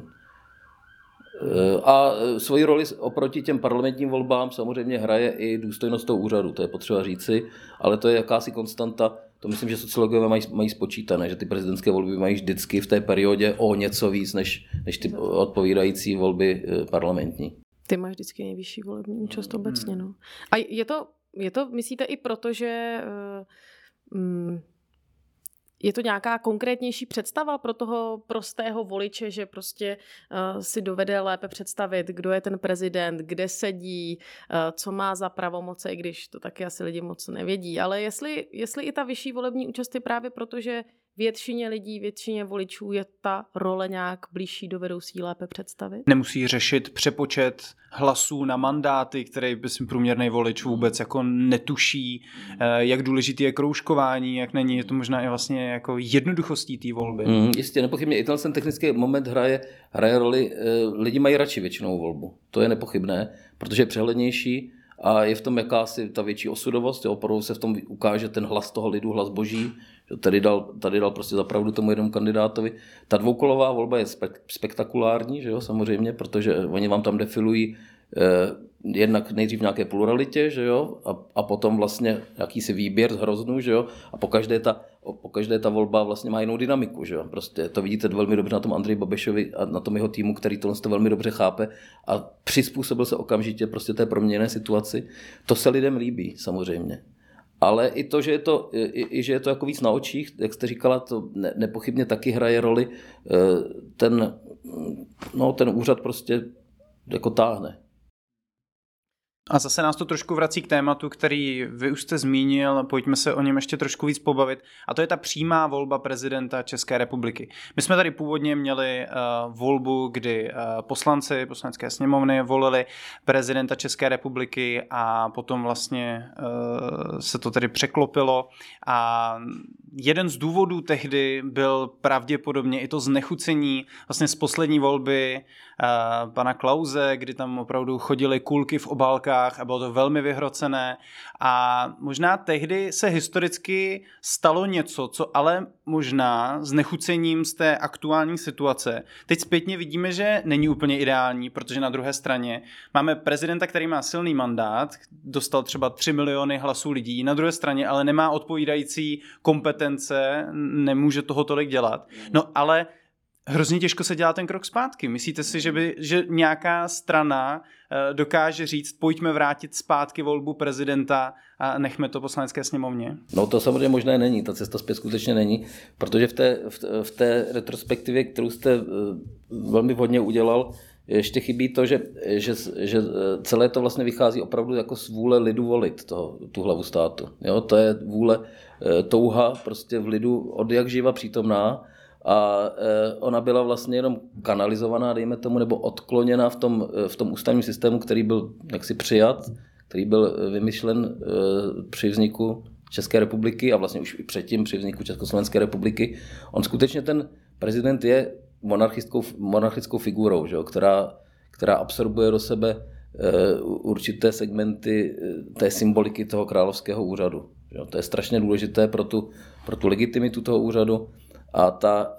A svoji roli oproti těm parlamentním volbám samozřejmě hraje i důstojnost toho úřadu, to je potřeba říci, ale to je jakási konstanta, to myslím, že sociologové mají, mají spočítané, že ty prezidentské volby mají vždycky v té periodě o něco víc než, než ty odpovídající volby parlamentní. Ty máš vždycky nejvyšší volební účast obecně, no. A je to, je to myslíte i proto, že uh, je to nějaká konkrétnější představa pro toho prostého voliče, že prostě uh, si dovede lépe představit, kdo je ten prezident, kde sedí, uh, co má za pravomoce, i když to taky asi lidi moc nevědí. Ale jestli, jestli i ta vyšší volební účast je právě proto, že většině lidí, většině voličů je ta role nějak blížší, dovedou si ji lépe představit? Nemusí řešit přepočet hlasů na mandáty, který by si průměrný volič vůbec jako netuší, jak důležitý je kroužkování, jak není, je to možná i vlastně jako jednoduchostí té volby. Mm, jistě, nepochybně. I ten technický moment hraje, hraje roli, lidi mají radši většinou volbu. To je nepochybné, protože je přehlednější a je v tom jakási ta větší osudovost, jo, opravdu se v tom ukáže ten hlas toho lidu, hlas boží, že tady dal, tady dal prostě zapravdu tomu jednomu kandidátovi. Ta dvoukolová volba je spek- spektakulární, že jo, samozřejmě, protože oni vám tam defilují eh, jednak nejdřív nějaké pluralitě, že jo, a, a potom vlastně jakýsi výběr z hroznů, že jo, a pokaždé ta, pokaždé ta volba vlastně má jinou dynamiku, že jo, prostě to vidíte velmi dobře na tom Andreji Babišovi a na tom jeho týmu, který tohle to velmi dobře chápe a přizpůsobil se okamžitě prostě té proměněné situaci. To se lidem líbí, samozřejmě. Ale i to, že je to, i, i, že je to jako víc na očích, jak jste říkala, to ne, nepochybně taky hraje roli, ten, no, ten úřad prostě jako táhne. A zase nás to trošku vrací k tématu, který vy už jste zmínil, pojďme se o něm ještě trošku víc pobavit, a to je ta přímá volba prezidenta České republiky. My jsme tady původně měli uh, volbu, kdy uh, poslanci Poslanecké sněmovny volili prezidenta České republiky a potom vlastně uh, se to tedy překlopilo a jeden z důvodů tehdy byl pravděpodobně i to znechucení vlastně z poslední volby uh, pana Klause, kdy tam opravdu chodily kulky v obálkách a bylo to velmi vyhrocené a možná tehdy se historicky stalo něco, co ale možná znechucením z té aktuální situace. Teď zpětně vidíme, že není úplně ideální, protože na druhé straně máme prezidenta, který má silný mandát, dostal třeba tři miliony hlasů lidí, na druhé straně ale nemá odpovídající kompetence, nemůže toho tolik dělat. No ale hrozně těžko se dělá ten krok zpátky. Myslíte si, že, by, že nějaká strana dokáže říct, pojďme vrátit zpátky volbu prezidenta a nechme to Poslanecké sněmovně? No to samozřejmě možné není, ta cesta zpět skutečně není, protože v té, v té retrospektivě, kterou jste velmi vhodně udělal, ještě chybí to, že, že, že celé to vlastně vychází opravdu jako z vůle lidu volit toho, tu hlavu státu. Jo? To je vůle, touha prostě v lidu od jak živa přítomná, a ona byla vlastně jenom kanalizovaná, dejme tomu, nebo odkloněna v tom, v tom ústavním systému, který byl jaksi přijat, který byl vymyšlen při vzniku České republiky a vlastně už i předtím při vzniku Československé republiky. On skutečně ten prezident je monarchickou, monarchickou figurou, že jo, která, která absorbuje do sebe určité segmenty té symboliky toho královského úřadu. Že jo. To je strašně důležité pro tu, pro tu legitimitu toho úřadu. A ta,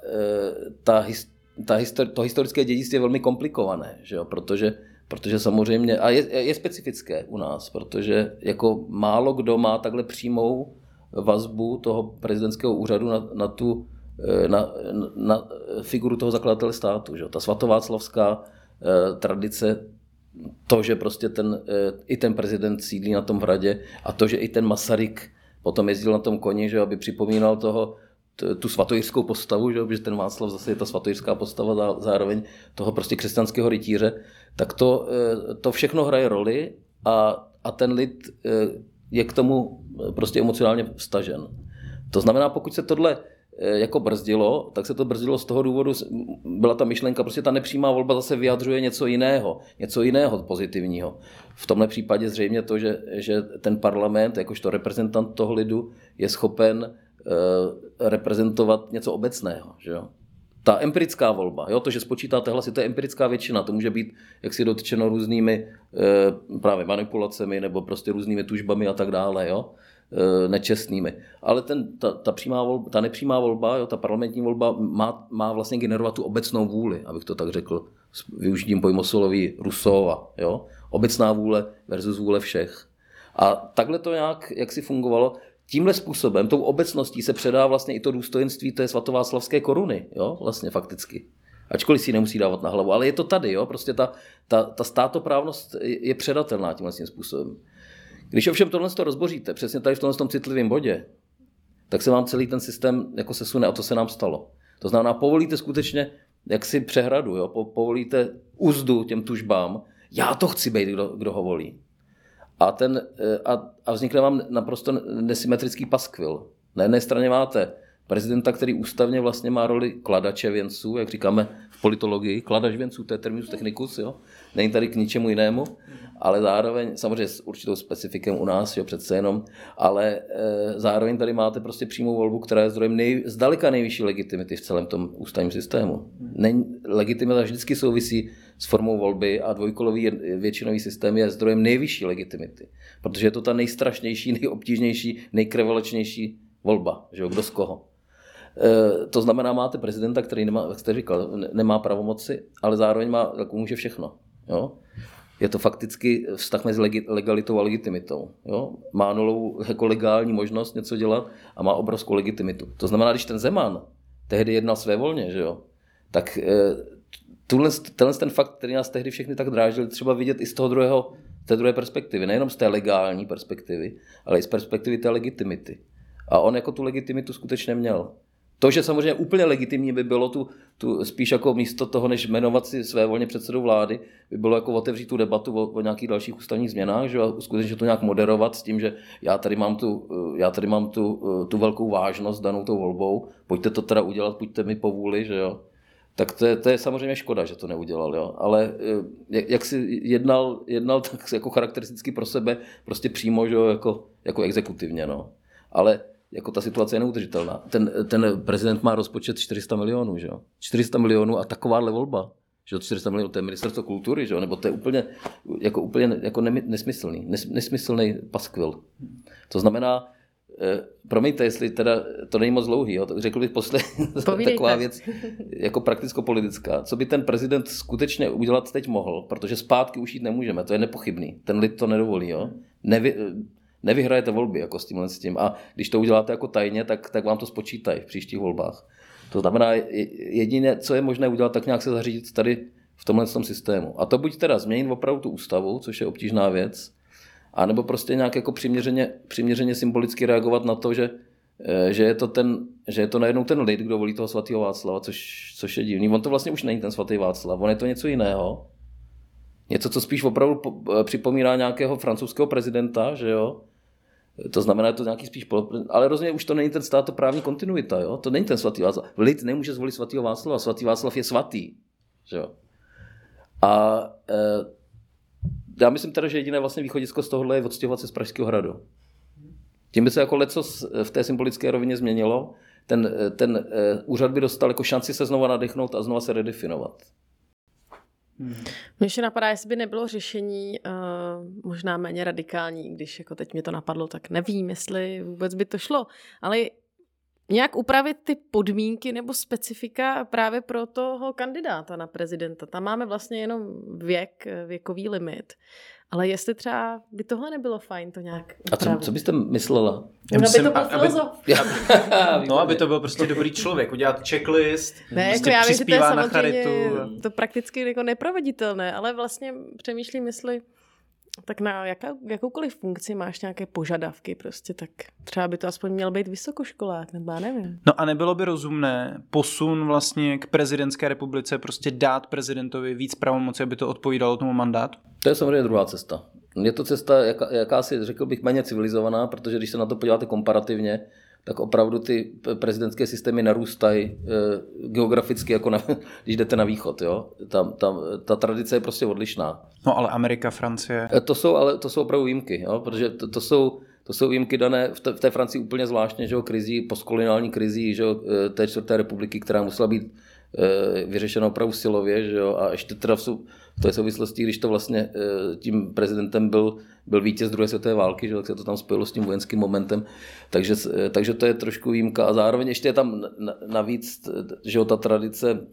ta, ta histori- to historické dědictví je velmi komplikované, že jo? Protože, protože samozřejmě, a je, je specifické u nás, protože jako málo kdo má takhle přímou vazbu toho prezidentského úřadu na, na tu na, na figuru toho zakladatele státu. Že jo? Ta svatováclavská tradice, to, že prostě ten, i ten prezident sídlí na tom hradě a to, že i ten Masaryk potom jezdil na tom koni, že aby připomínal toho tu svatojirskou postavu, že, že ten Václav zase je ta svatojirská postava zároveň toho prostě křesťanského rytíře, tak to, to všechno hraje roli a, a ten lid je k tomu prostě emocionálně vstažen. To znamená, pokud se tohle jako brzdilo, tak se to brzdilo z toho důvodu, byla ta myšlenka, prostě ta nepřímá volba zase vyjadřuje něco jiného, něco jiného pozitivního. V tomhle případě zřejmě to, že, že ten parlament, jakožto reprezentant toho lidu, je schopen reprezentovat něco obecného. Že jo? Ta empirická volba, jo? To, že spočítáte hlasy, to je empirická většina, to může být jaksi dotčeno různými e, právě manipulacemi nebo prostě různými tužbami a tak dále, jo? E, nečestnými. Ale ten, ta, ta, přímá volba, ta nepřímá volba, jo? Ta parlamentní volba má, má vlastně generovat tu obecnou vůli, abych to tak řekl, s využitím pojmu Soloví Rousseauva. Jo? Obecná vůle versus vůle všech. A takhle to nějak jaksi fungovalo. Tímhle způsobem, tou obecností se předá vlastně i to důstojenství té svatováclavské koruny, jo, vlastně fakticky. Ačkoliv si ji nemusí dávat na hlavu, ale je to tady, jo, prostě ta, ta, ta státoprávnost je předatelná tímhle způsobem. Když ovšem tohle to rozboříte, přesně tady v tomhle tom citlivém bodě, tak se vám celý ten systém jako sesune a to se nám stalo. To znamená, povolíte skutečně jaksi přehradu, jo, povolíte úzdu těm tužbám, já to chci být, kdo, kdo ho volí. A, ten, a, a vznikne vám naprosto nesymetrický paskvil. Na jedné straně máte prezidenta, který ústavně vlastně má roli kladače věnců, jak říkáme v politologii, kladač věnců, to je terminus technicus, jo? Není tady k ničemu jinému, ale zároveň, samozřejmě s určitou specifikem u nás, jo, přece jenom, ale e, zároveň tady máte prostě přímou volbu, která je zdrojem nej, zdaleka nejvyšší legitimity v celém tom ústavním systému. Nej, legitimita vždycky souvisí s formou volby a dvojkolový většinový systém je zdrojem nejvyšší legitimity, protože je to ta nejstrašnější, nejobtížnější, nejkrvelačnější volba, že jo, kdo z koho. E, to znamená, máte prezidenta, který nemá, jak jste říkal, nemá pravomoci, ale zároveň má, jako může všechno. Jo? Je to fakticky vztah mezi legalitou a legitimitou. Jo? Má nulovou jako legální možnost něco dělat a má obrovskou legitimitu. To znamená, když ten Zeman tehdy jednal svévolně, že jo, tak e, tuhle, tenhle ten fakt, který nás tehdy všechny tak dráždil, třeba vidět i z toho druhého, té druhé perspektivy. Nejenom z té legální perspektivy, ale i z perspektivy té legitimity. A on jako tu legitimitu skutečně měl. To, že samozřejmě úplně legitimní by bylo tu, tu spíš jako místo toho, než jmenovat si svévolně předsedu vlády, by bylo jako otevřít tu debatu o, o nějakých dalších ústavních změnách, že a skutečně to nějak moderovat s tím, že já tady mám tu, já tady mám tu, tu velkou vážnost danou tou volbou, pojďte to teda udělat, pojďte mi po vůli, že jo. Tak to je, to je samozřejmě škoda, že to neudělal, jo. Ale jak, jak si jednal, jednal tak jako charakteristicky pro sebe, prostě přímo, že jo, jako, jako exekutivně, no. Ale jako ta situace je neudržitelná. Ten, ten prezident má rozpočet čtyři sta milionů, že jo? čtyři sta milionů a takováhle volba, že jo, čtyři sta milionů, to je ministerstvo kultury, že jo? Nebo to je úplně, jako úplně jako nesmyslný, nes, nesmyslný paskvil. To znamená, eh, promiňte, jestli teda to není moc dlouhý, jo? Řekl bych poslední taková věc, jako prakticko-politická. Co by ten prezident skutečně udělat teď mohl, protože zpátky už jít nemůžeme, to je nepochybný, ten lid to nedovolí, jo? Nevy, Nevyhrajete volby jako s tímhle s tím a když to uděláte jako tajně, tak, tak vám to spočítají v příštích volbách. To znamená, jediné, co je možné udělat, tak nějak se zařídit tady v tomhle tom systému. A to buď teda změnit opravdu tu ústavu, což je obtížná věc, anebo prostě nějak jako přiměřeně, přiměřeně symbolicky reagovat na to, že, že, je to ten, že je to najednou ten lid, kdo volí toho svatého Václava, což, což je divný. On to vlastně už není ten svatý Václav, on je to něco jiného. Něco, co spíš opravdu připomíná nějakého francouzského prezidenta, že jo? To znamená, že to nějaký spíš, ale rozhodně už to není ten státoprávní kontinuita, jo? To není ten svatý Václav. Lid nemůže zvolit svatého Václava, svatý Václav je svatý, že jo? A e, já myslím teda, že jediné vlastně východisko z tohohle je odstěhovat se z Pražského hradu. Tím by se jako lecos v té symbolické rovině změnilo, ten, ten e, úřad by dostal jako šanci se znova nadechnout a znova se redefinovat. Hmm. Mně ještě napadá, jestli by nebylo řešení uh, možná méně radikální, když jako teď mě to napadlo, tak nevím, jestli vůbec by to šlo, ale nějak upravit ty podmínky nebo specifika právě pro toho kandidáta na prezidenta. Tam máme vlastně jenom věk, věkový limit. Ale jestli třeba by tohle nebylo fajn to nějak upravit. A co, co byste myslela? Já by to byl filozof. No, aby to byl prostě dobrý člověk, udělat checklist, ne, prostě jako já vím, že to je na charitu. To prakticky jako neproveditelné, ale vlastně přemýšlím, jestli tak na jaká, jakoukoliv funkci máš nějaké požadavky prostě, tak třeba by to aspoň měl být vysokoškolák, nebo já nevím. No a nebylo by rozumné posun vlastně k prezidentské republice, prostě dát prezidentovi víc pravomoci, aby to odpovídalo tomu mandátu? To je samozřejmě druhá cesta. Je to cesta, jaká, jakási, řekl bych, méně civilizovaná, protože když se na to podíváte komparativně, tak opravdu ty prezidentské systémy narůstají e, geograficky, jako na, když jdete na východ. Jo? Tam, tam, ta tradice je prostě odlišná. No ale Amerika, Francie... E, to jsou, ale to jsou opravdu výjimky, jo? Protože to, to, jsou, to jsou výjimky dané v té, v té Francii úplně zvláštně, že jo, krizí, postkoloniální krizí, že jo, té čtvrté republiky, která musela být e, vyřešena opravdu silově, že jo, a ještě teda v, v té souvislosti, když to vlastně e, tím prezidentem byl, byl vítěz druhé světové války, že jo, tak se to tam spojilo s tím vojenským momentem, takže, e, takže to je trošku výjimka a zároveň ještě je tam navíc, že jo, ta tradice e,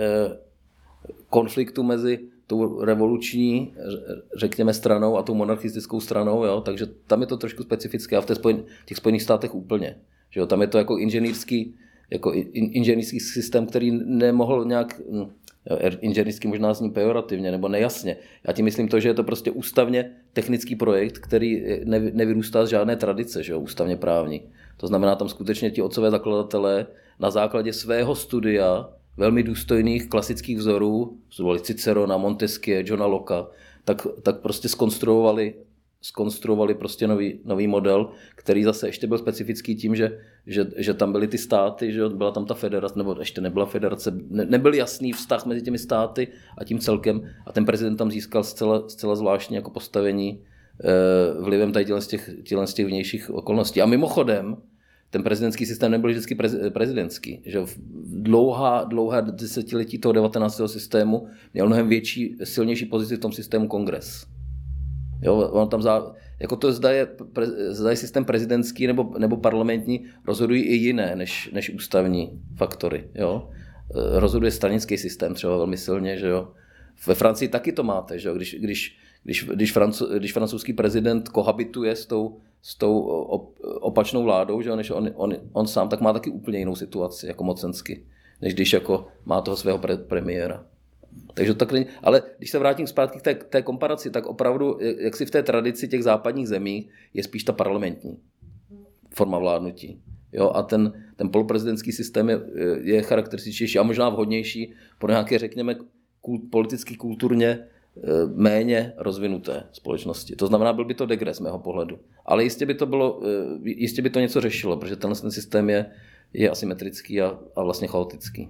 konfliktu mezi tou revoluční, řekněme, stranou a tou monarchistickou stranou, jo? Takže tam je to trošku specifické a v těch Spojených státech úplně. Že jo? Tam je to jako inženýrský, jako inženýrský systém, který nemohl nějak, inženýrský možná zní pejorativně nebo nejasně. Já tím myslím to, že je to prostě ústavně technický projekt, který nevyrůstá z žádné tradice, že jo? Ústavně právní. To znamená, tam skutečně ti otcové zakladatelé na základě svého studia velmi důstojných klasických vzorů, studovali Cicerona, Montesquieu, Johna Locke, tak, tak prostě zkonstruovali zkonstruovali prostě nový, nový model, který zase ještě byl specifický tím, že, že, že tam byly ty státy, že byla tam ta federace, nebo ještě nebyla federace, ne, nebyl jasný vztah mezi těmi státy a tím celkem a ten prezident tam získal zcela, zcela zvláštní jako postavení eh, vlivem tady z těch, z těch vnějších okolností. A mimochodem, ten prezidentský systém nebyl vždycky prez, prezidentský. Že v dlouhá, dlouhá desetiletí toho devatenáctého systému měl mnohem větší, silnější pozici v tom systému kongres. Jo, on tam za, jako to zda je, pre, zda je systém prezidentský nebo, nebo parlamentní, rozhodují i jiné než, než ústavní faktory. Jo. Rozhoduje stranický systém třeba velmi silně. Že jo. Ve Francii taky to máte, že jo. Když, když, když, když, francouz, když francouzský prezident kohabituje s tou, s tou opačnou vládou, že jo, než on, on, on sám, tak má taky úplně jinou situaci jako mocensky, než když jako má toho svého pre, premiéra. Takže tak, ale když se vrátím zpátky k té, té komparaci, tak opravdu, jak si v té tradici těch západních zemí, je spíš ta parlamentní forma vládnutí. Jo, a ten, ten poloprezidentský systém je, je charakterističnější a možná vhodnější pro nějaké, řekněme, kult, politicky kulturně méně rozvinuté společnosti. To znamená, byl by to degres z mého pohledu. Ale jistě by to bylo, jistě by to něco řešilo, protože tenhle ten systém je, je asymetrický a, a vlastně chaotický.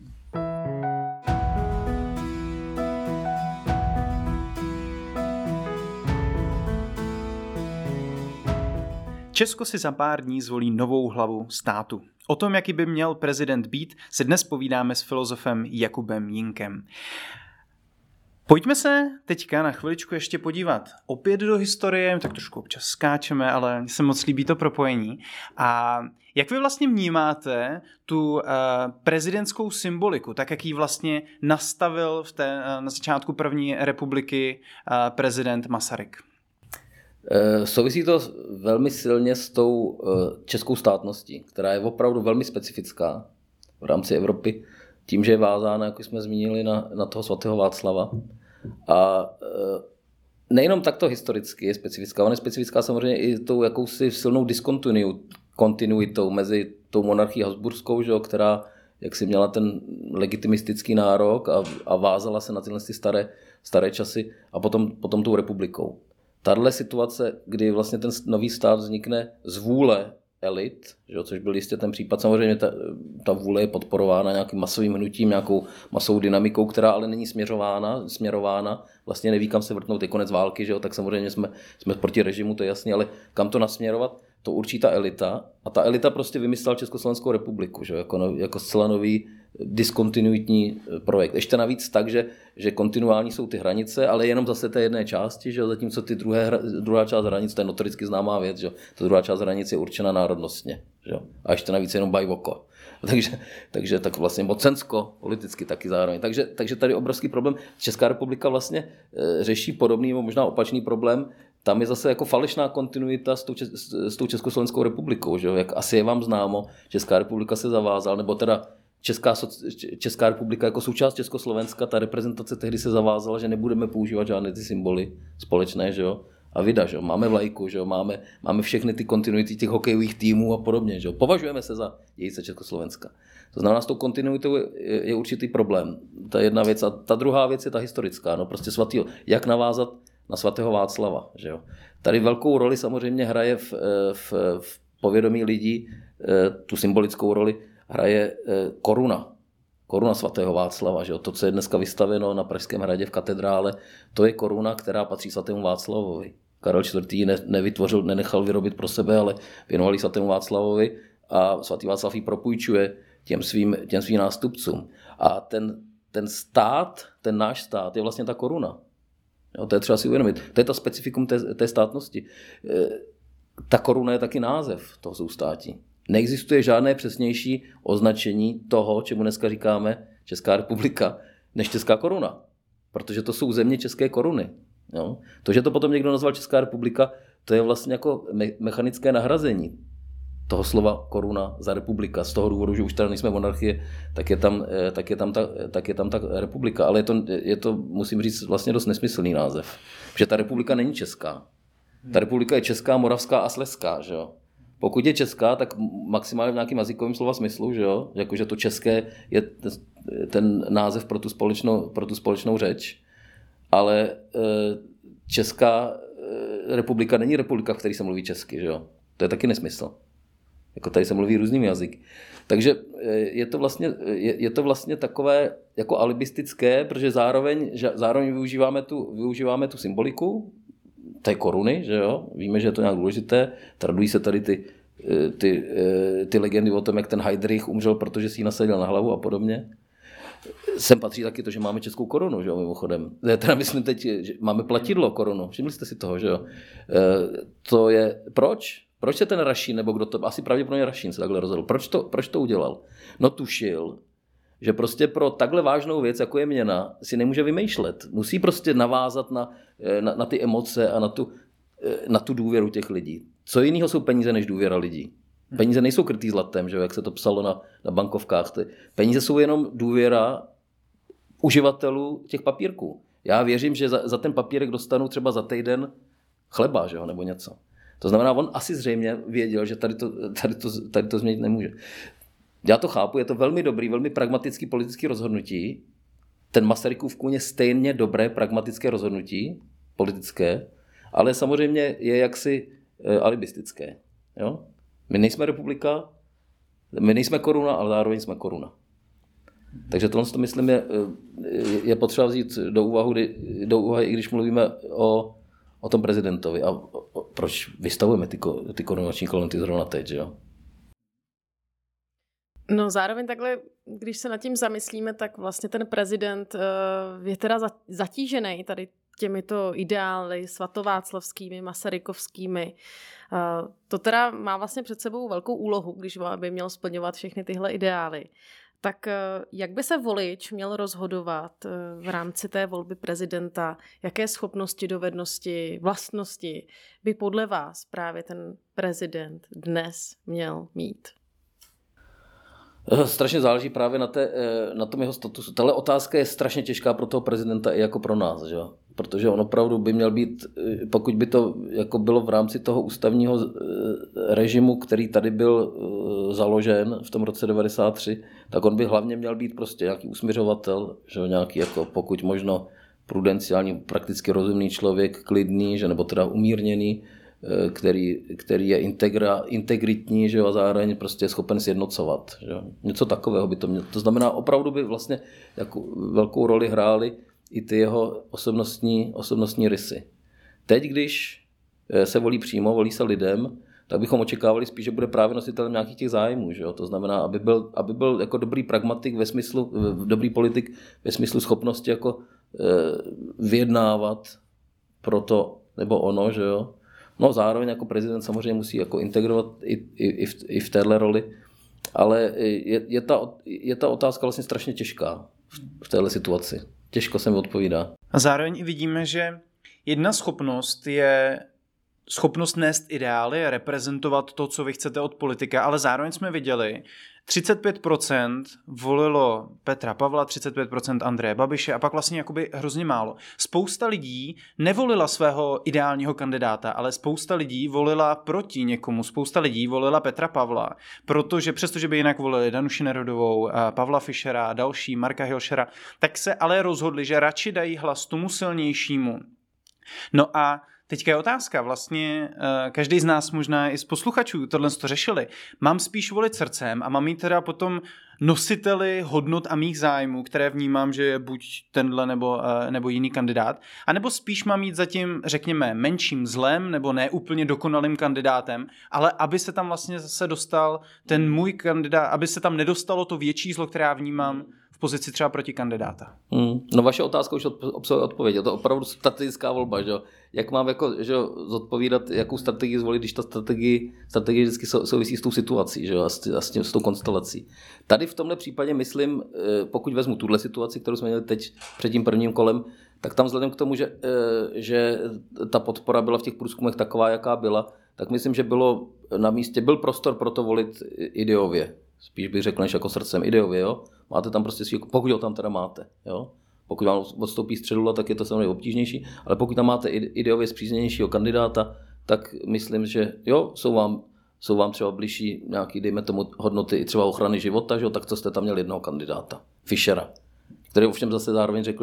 Česko si za pár dní zvolí novou hlavu státu. O tom, jaký by měl prezident být, se dnes povídáme s filozofem Jakubem Jinkem. Pojďme se teďka na chviličku ještě podívat opět do historie, tak trošku občas skáčeme, ale mně se moc líbí to propojení. A jak vy vlastně vnímáte tu uh, prezidentskou symboliku, tak jak ji vlastně nastavil v té, uh, na začátku první republiky uh, prezident Masaryk? Souvisí to velmi silně s tou českou státností, která je opravdu velmi specifická v rámci Evropy, tím, že je vázána, jako jsme zmínili, na, na toho svatého Václava. A nejenom takto historicky je specifická, ona je specifická samozřejmě i tou jakousi silnou diskontinuitou mezi tou monarchií habsburskou, že, která jak si měla ten legitimistický nárok a, a vázala se na tyhle staré, staré časy a potom, potom tou republikou. Tahle situace, kdy vlastně ten nový stát vznikne z vůle elit, že, což byl jistě ten případ, samozřejmě ta, ta vůle je podporována nějakým masovým hnutím, nějakou masovou dynamikou, která ale není směřována, směrována, vlastně neví, kam se vrtnout, je konec války, že, tak samozřejmě jsme, jsme proti režimu, to je jasný, ale kam to nasměrovat, to určí ta elita a ta elita prostě vymyslela Československou republiku, že, jako, no, jako zcela nový diskontinuitní projekt. Ještě navíc tak, že, že kontinuální jsou ty hranice, ale jenom zase té jedné části, že zatímco ty druhé, druhá část hranic, to je notoricky známá věc, že ta druhá část hranic je určena národnostně. Že? A ještě navíc jenom bajvoko. Takže, takže tak vlastně mocensko, politicky taky zároveň. Takže, takže tady obrovský problém. Česká republika vlastně řeší podobný, možná opačný problém. Tam je zase jako falešná kontinuita s tou, s tou Československou republikou. Že? Jak asi je vám známo, Česká republika se zavázala, nebo teda Česká, Česká republika jako součást Československa, ta reprezentace tehdy se zavázala, že nebudeme používat žádné ty symboly společné, že jo? A vida, že jo? Máme vlajku, že jo? Máme, máme všechny ty kontinuity těch hokejových týmů a podobně, že jo? Považujeme se za dědice Československa. To znamená, s tou kontinuitou je, je určitý problém. Ta jedna věc a ta druhá věc je ta historická, no prostě svatý, jak navázat na svatého Václava, že jo? Tady velkou roli samozřejmě hraje v, v, v povědomí lidí tu symbolickou roli hraje koruna. Koruna svatého Václava. Že? To, co je dneska vystaveno na Pražském hradě v katedrále, to je koruna, která patří svatému Václavovi. Karel čtvrtý ji ne, nevytvořil, nenechal vyrobit pro sebe, ale věnovali svatému Václavovi a svatý Václav ji propůjčuje těm svým, těm svým nástupcům. A ten, ten stát, ten náš stát, je vlastně ta koruna. Jo, to je třeba si uvědomit. To je ta specifikum té, té státnosti. Ta koruna je taky název toho soustátí. Neexistuje žádné přesnější označení toho, čemu dneska říkáme Česká republika, než česká koruna. Protože to jsou země české koruny. Jo? To, že to potom někdo nazval Česká republika, to je vlastně jako me- mechanické nahrazení toho slova koruna za republika. Z toho důvodu, že už tady nejsme monarchie, tak je tam, tak je tam, ta, tak je tam ta republika. Ale je to, je to, musím říct, vlastně dost nesmyslný název. Protože ta republika není česká. Ta republika je česká, moravská a slezská, že jo? Pokud je česká, tak maximálně v nějakým jazykovém slova smyslu, že jo? Jako, že to české je ten název pro tu společnou, pro tu společnou řeč, ale česká republika není republika, v které se mluví česky, že jo? To je taky nesmysl. Jako tady se mluví různými jazyky. Takže je to vlastně, je, je to vlastně takové jako alibistické, protože zároveň, že, zároveň využíváme, tu, využíváme tu symboliku té koruny, že jo? Víme, že je to nějak důležité. Tradují se tady ty, ty, ty legendy o tom, jak ten Heydrich umřel, protože si ji nasadil na hlavu a podobně. Sem patří taky to, že máme českou korunu, že jo, mimochodem. Teda myslím teď, že máme platidlo korunu. Všimli jste si toho, že jo? To je, proč? Proč se ten Rašín, nebo kdo to, asi pravděpodobně Rašín se takhle rozhodl, proč to, proč to udělal? No tušil, že prostě pro takhle vážnou věc, jako je měna, si nemůže vymýšlet. Musí prostě navázat na, na, na ty emoce a na tu, na tu důvěru těch lidí. Co jiného jsou peníze než důvěra lidí? Peníze nejsou krytý zlatem, že jo, jak se to psalo na, na bankovkách. Peníze jsou jenom důvěra uživatelů těch papírků. Já věřím, že za, za ten papírek dostanu třeba za týden chleba, že jo, nebo něco. To znamená, on asi zřejmě věděl, že tady to, tady to, tady to změnit nemůže. Já to chápu, je to velmi dobrý, velmi pragmatický politický rozhodnutí. Ten Masarykův kůň je stejně dobré pragmatické rozhodnutí, politické, ale samozřejmě je jaksi e, alibistické. Jo? My nejsme republika, my nejsme koruna, ale zároveň jsme koruna. Takže tohle to myslím je, je potřeba vzít do úvahy, do úvahy, i když mluvíme o o tom prezidentovi a o, o, proč vystavujeme ty, ty korunovační kolonty zrovna teď, že jo? No zároveň takhle, když se nad tím zamyslíme, tak vlastně ten prezident uh, je teda zatížený tady těmito ideály svatováclavskými, masarykovskými. Uh, to teda má vlastně před sebou velkou úlohu, když by měl splňovat všechny tyhle ideály. Tak jak by se volič měl rozhodovat v rámci té volby prezidenta, jaké schopnosti, dovednosti, vlastnosti by podle vás právě ten prezident dnes měl mít? Strašně záleží právě na, té, na tom jeho statusu. Tahle otázka je strašně těžká pro toho prezidenta i jako pro nás, že? Protože on opravdu by měl být, pokud by to jako bylo v rámci toho ústavního režimu, který tady byl založen v tom roce devadesát tři, tak on by hlavně měl být prostě nějaký usměřovatel, že? Nějaký jako pokud možno prudenciální, prakticky rozumný člověk, klidný, že? Nebo teda umírněný, který, který je integra, integritní, že jo, a zároveň prostě je schopen sjednocovat. Že jo. Něco takového by to mělo. To znamená, opravdu by vlastně jako velkou roli hrály i ty jeho osobnostní, osobnostní rysy. Teď, když se volí přímo, volí se lidem, tak bychom očekávali spíš, že bude právě nositelem nějakých těch zájmů. Že jo. To znamená, aby byl, aby byl jako dobrý pragmatik ve smyslu, dobrý politik ve smyslu schopnosti jako vyjednávat pro to nebo ono, že jo. No zároveň jako prezident samozřejmě musí jako integrovat i, i, i, v, i v téhle roli, ale je, je, ta, je ta otázka vlastně strašně těžká v, v téhle situaci. Těžko se mi odpovídá. A zároveň i vidíme, že jedna schopnost je schopnost nést ideály a reprezentovat to, co vy chcete od politika, ale zároveň jsme viděli, třicet pět procent volilo Petra Pavla, třicet pět procent Andreje Babiše a pak vlastně jakoby hrozně málo. Spousta lidí nevolila svého ideálního kandidáta, ale spousta lidí volila proti někomu. Spousta lidí volila Petra Pavla, protože přestože by jinak volili Danuši Nerudovou, Pavla Fischera a další, Marka Hilšera, tak se ale rozhodli, že radši dají hlas tomu silnějšímu. No a teďka je otázka, vlastně každý z nás, možná i z posluchačů, tohle to řešili. Mám spíš volit srdcem a mám jít teda potom nositeli hodnot a mých zájmů, které vnímám, že je buď tenhle nebo, nebo jiný kandidát, anebo spíš mám jít za tím, řekněme, menším zlem nebo ne úplně dokonalým kandidátem, ale aby se tam vlastně zase dostal ten můj kandidát, aby se tam nedostalo to větší zlo, které já vnímám v pozici třeba proti kandidáta. Hmm. No vaše otázka už obsahuje odpověď. Je to opravdu strategická volba, že jo? Jak mám jako, že jo, zodpovídat, jakou strategii zvolit, když ta strategie, strategie vždycky souvisí s tou situací, že jo, a s, a s, tím, s tou konstelací. Tady v tomhle případě myslím, pokud vezmu tuhle situaci, kterou jsme měli teď před tím prvním kolem, tak tam vzhledem k tomu, že, že ta podpora byla v těch průzkumech taková, jaká byla, tak myslím, že bylo na místě, byl prostor pro to volit ideově. Spíš bych řekl, než jako srdcem ideově, jo. Máte tam prostě svý, pokud ho tam teda máte, jo. Pokud vám odstoupí středula, tak je to samozřejmě obtížnější, ale pokud tam máte ideově zpřízněnějšího kandidáta, tak myslím, že jo, jsou vám, jsou vám třeba bližší nějaký, dejme tomu, hodnoty i třeba ochrany života, že jo, tak to jste tam měl jednoho kandidáta, Fischera, který ovšem zase zároveň řekl, že,